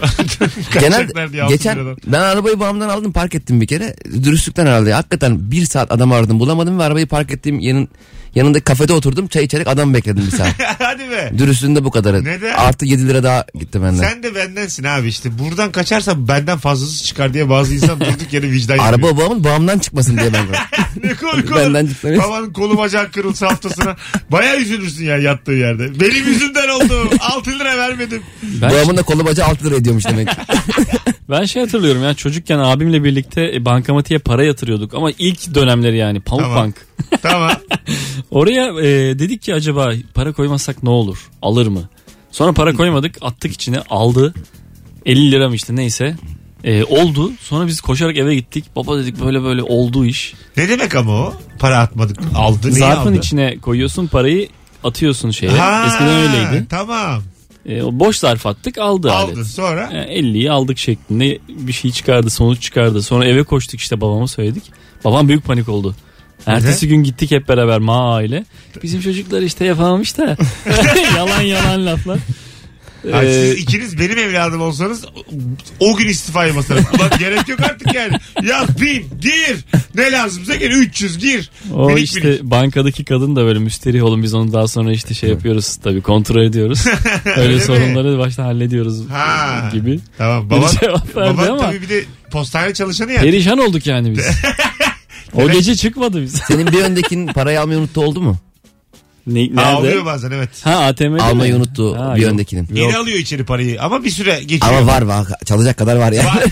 Geçen ben arabayı babamdan aldım, park ettim bir kere. Dürüstlükten herhalde. Hakikaten 1 saat adam aradım, bulamadım ve arabayı park ettiğim yanındaki kafede oturdum. Çay içerek adam bekledim 1 saat. Hadi be. Dürüstlüğünde bu kadarı. Neden? Artı 7 lira daha gitti benden. Sen de bendensin abi işte. Buradan kaçarsam benden fazlası çıkar diye bazı insan durduk yere vicdan Araba yapıyor. babamdan çıkmasın diye ben Ne kolu. Benden çıksın. Babanın kolu bacağı kırılsa haftasına. Bayağı üzülürsün yani yattığı yerde. Benim yüzümden oldu. 6 lira vermedim. Babamın da kolu bacağı 6 lira ediyormuş demek. Ben hatırlıyorum yani çocukken abimle birlikte bankamatiğe para yatırıyorduk ama ilk dönemleri yani Pamuk Tamam. Bank. Tamam. Oraya dedik ki acaba para koymazsak ne olur? Alır mı? Sonra para koymadık, attık içine, aldı. 50 lira mı işte neyse. Oldu. Sonra biz koşarak eve gittik. Baba dedik böyle oldu iş. Ne demek ama o? Para atmadık. Aldı. Neyi Zarfın aldı? içine koyuyorsun parayı, atıyorsun şeye. Eskiden öyleydi. Tamam. O boş zarf attık, aldı alet. Sonra? 50'yi aldık şeklinde bir şey çıkardı, sonuç çıkardı. Sonra eve koştuk, işte babama söyledik. Babam büyük panik oldu. Ertesi gün gittik hep beraber aile. Bizim çocuklar işte yapamamış da. yalan laflar. Siz ikiniz benim evladım olsanız o gün istifaya basarım. Ulan gerek yok artık yani. Yaz bin gir. Ne lazımsa gir 300 gir. O minik işte minik. Bankadaki kadın da böyle müsterih olun, biz onu daha sonra işte şey yapıyoruz tabii, kontrol ediyoruz. Öyle Öyle sorunları başta hallediyoruz gibi. Tamam. Bir cevap verdi Baban ama tabii bir de postane çalışanı ya. perişan olduk yani biz. O gece çıkmadı biz. Senin bir öndekinin parayı almayı unuttu oldu mu? Nerede? Alıyor bazen evet. Ha ATM'de Almayı mi? unuttu bir yok. öndekinin. Geri alıyor içeri parayı ama bir süre geçiyor. Ama var çalacak kadar var ya. var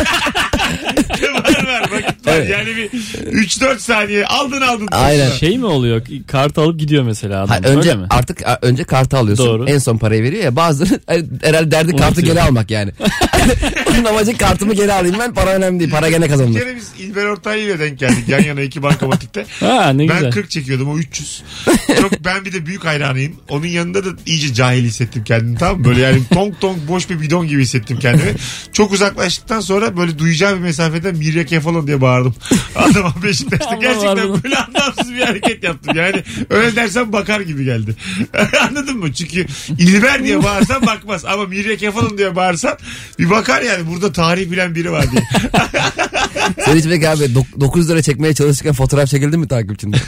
vakit var. Evet. Yani bir 3-4 saniye aldın. Aynen. Şey mi oluyor? Kart alıp gidiyor mesela adam. Önce öyle mi? önce kartı alıyorsun. Doğru. En son parayı veriyor ya. Bazıları herhalde derdi kartı geri almak yani. Onun amacı kartımı geri alayım ben, para önemli değil. Para gene kazanılır. Bir kere biz İlber Ortaylı ile denk geldik yan yana 2 bankamatikte. Ne ben güzel. 40 çekiyordum, o 300. Ben bir de büyük hayranıyım. Onun yanında da iyice cahil hissettim kendimi, tamam mı? Böyle yani tonk boş bir bidon gibi hissettim kendimi. Çok uzaklaştıktan sonra böyle duyacağım bir mesafede Mirya Kefalon diye bağırdım. Adama Beşiktaş'ta gerçekten böyle anlamsız bir hareket yaptım. Yani öyle dersen bakar gibi geldi. Anladın mı? Çünkü İlber diye bağırsan bakmaz. Ama Mirya Kefalon diye bağırsan bir bakar yani, burada tarih bilen biri var diye. Sen hiç peki abi 9 lira çekmeye çalışırken fotoğraf çekildin mi takipçinde?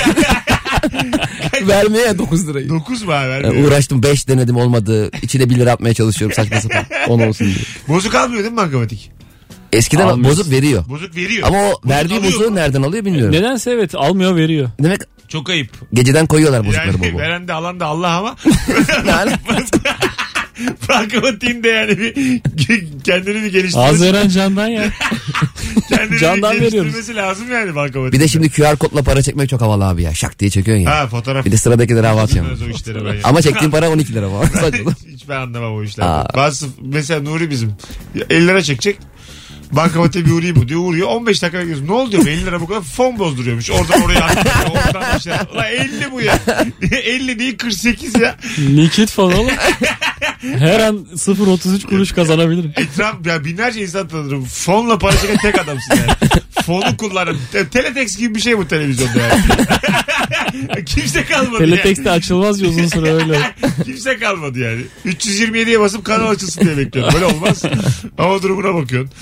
Vermeye ya 9 lirayı. 9 mu abi vermiyor? Yani uğraştım 5 denedim olmadı. İçine 1 lira atmaya çalışıyorum saçma sapan. 10 olsun diye. Bozuk almıyor değil mi bankamatik? Eskiden Almıyor. bozuk veriyor. Bozuk veriyor. Ama o Bozuk verdiği alıyor bozuğu mu? nereden alıyor bilmiyorum. Nedense evet, almıyor veriyor. Demek çok ayıp. Geceden koyuyorlar bozukları Yani bol bol. veren de alan da Allah ama. Yani Bankamatiğin de yani bir kendini bir geliştirmesi. Az veren candan ya. Kendini Candan bir veriyoruz. geliştirmesi lazım yani bankamatiğin. bir de şimdi QR kodla para çekmek çok havalı abi ya. Şak diye çekiyorsun ya. Ha fotoğraf. Bir de sıradakileri hava atıyorsun. Bilmez o işleri ben ya. Ama çektiğin para 12 lira var. Hiç ben anlamam o işlerden. Bazı mesela Nuri bizim 50 lira çekecek. Bankamatiğe bir uğrayayım mı diyor, uğruyor. 15 dakika bekliyorsun. Ne oldu diyor, 50 lira bu kadar fon bozduruyormuş. Oradan oraya atıyor. Oradan işte. Ulan 50 bu ya. 50 değil 48 ya. Likit falan oğlum. Her an 0.33 kuruş kazanabilirim. Etraf ya, binlerce insan tanırım. Fonla para çeken tek adamsın yani. Fonu kullanırım. Teletext gibi bir şey bu televizyonda yani. Kimse kalmadı Teletext'te yani. açılmaz ya uzun süre öyle. Kimse kalmadı yani. 327'ye basıp kanal açılsın diye bekliyorum. Böyle olmaz. Ama durumuna bakıyorsun.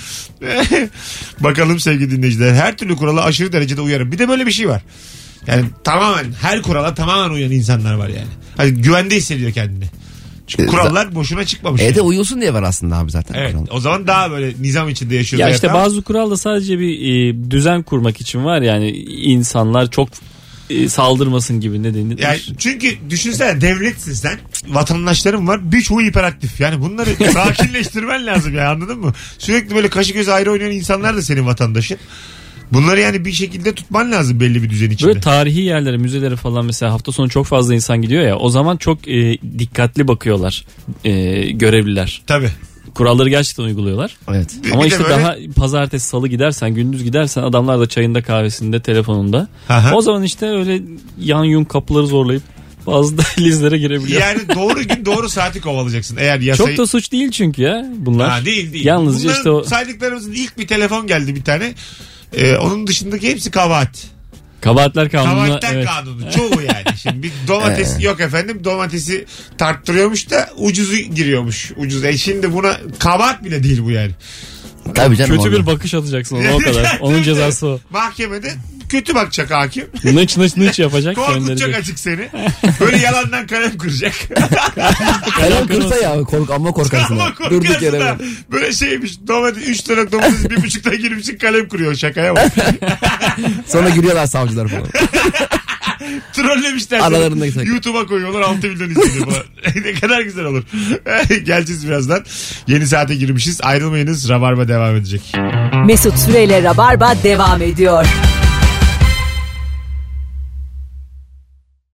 Bakalım sevgili dinleyiciler. Her türlü kurala aşırı derecede uyarım. Bir de böyle bir şey var. Yani tamamen her kurala tamamen uyan insanlar var yani. Hani güvende hissediyor kendini. Çünkü kurallar boşuna çıkmamış. Evet uyuyorsun diye var aslında abi zaten. Evet. Kural. O zaman daha böyle nizam içinde yaşıyoruz. Ya işte bazı kural da sadece bir düzen kurmak için var yani, insanlar çok saldırmasın gibi, ne denir? Yani çünkü düşünsene, devletsin sen, vatandaşların var, birçoğu hiperaktif. Yani bunları sakinleştirmen lazım ya, anladın mı? Sürekli böyle kaşı göz ayrı oynayan insanlar da senin vatandaşın. Bunları yani bir şekilde tutman lazım belli bir düzen içinde. Böyle tarihi yerlere, müzelere falan mesela hafta sonu çok fazla insan gidiyor ya, o zaman çok dikkatli bakıyorlar görevliler. Tabii. Kuralları gerçekten uyguluyorlar. Evet. Ama Bir işte böyle... daha pazartesi, salı gidersen, gündüz gidersen adamlar da çayında, kahvesinde, telefonunda. Aha. O zaman işte öyle yan yun kapıları zorlayıp fazla lizlere girebiliyor. Yani doğru gün doğru saati kovalayacaksın. Eğer yasayı... Çok da suç değil çünkü ya bunlar. Ha, değil. Yalnızca bunların işte o... saydıklarımızın ilk bir telefon geldi bir tane. Onun dışındaki hepsi kabahat. Kabahatler kanunu. Kabahatler evet. kanunu. Çoğu yani. Şimdi bir domates yok efendim. Domatesi tarttırıyormuş da ucuzu giriyormuş. Ucuz. Şimdi buna kabahat bile değil bu yani. Tabii canım. Kötü bir bakış atacaksın ona, o kadar. Onun cezası o. Mahkemede kötü bakacak hakim. Nıç yapacak. Korkutacak açık seni. Böyle yalandan kalem kıracak. Kalem kırsa ya ama korkarsın. Ama korkarsın da. Böyle şeymiş. Domates 3 tane domates 1,5'ta girmişsin kalem kırıyor. Şakaya bak. Sonra giriyorlar savcılar falan. Trollemişler. YouTube'a koyuyorlar 6 milyon izleniyor falan. Ne kadar güzel olur. Geleceğiz birazdan. Yeni saate girmişiz. Ayrılmayınız. Rabarba devam edecek. Mesut Süreyle Rabarba devam ediyor.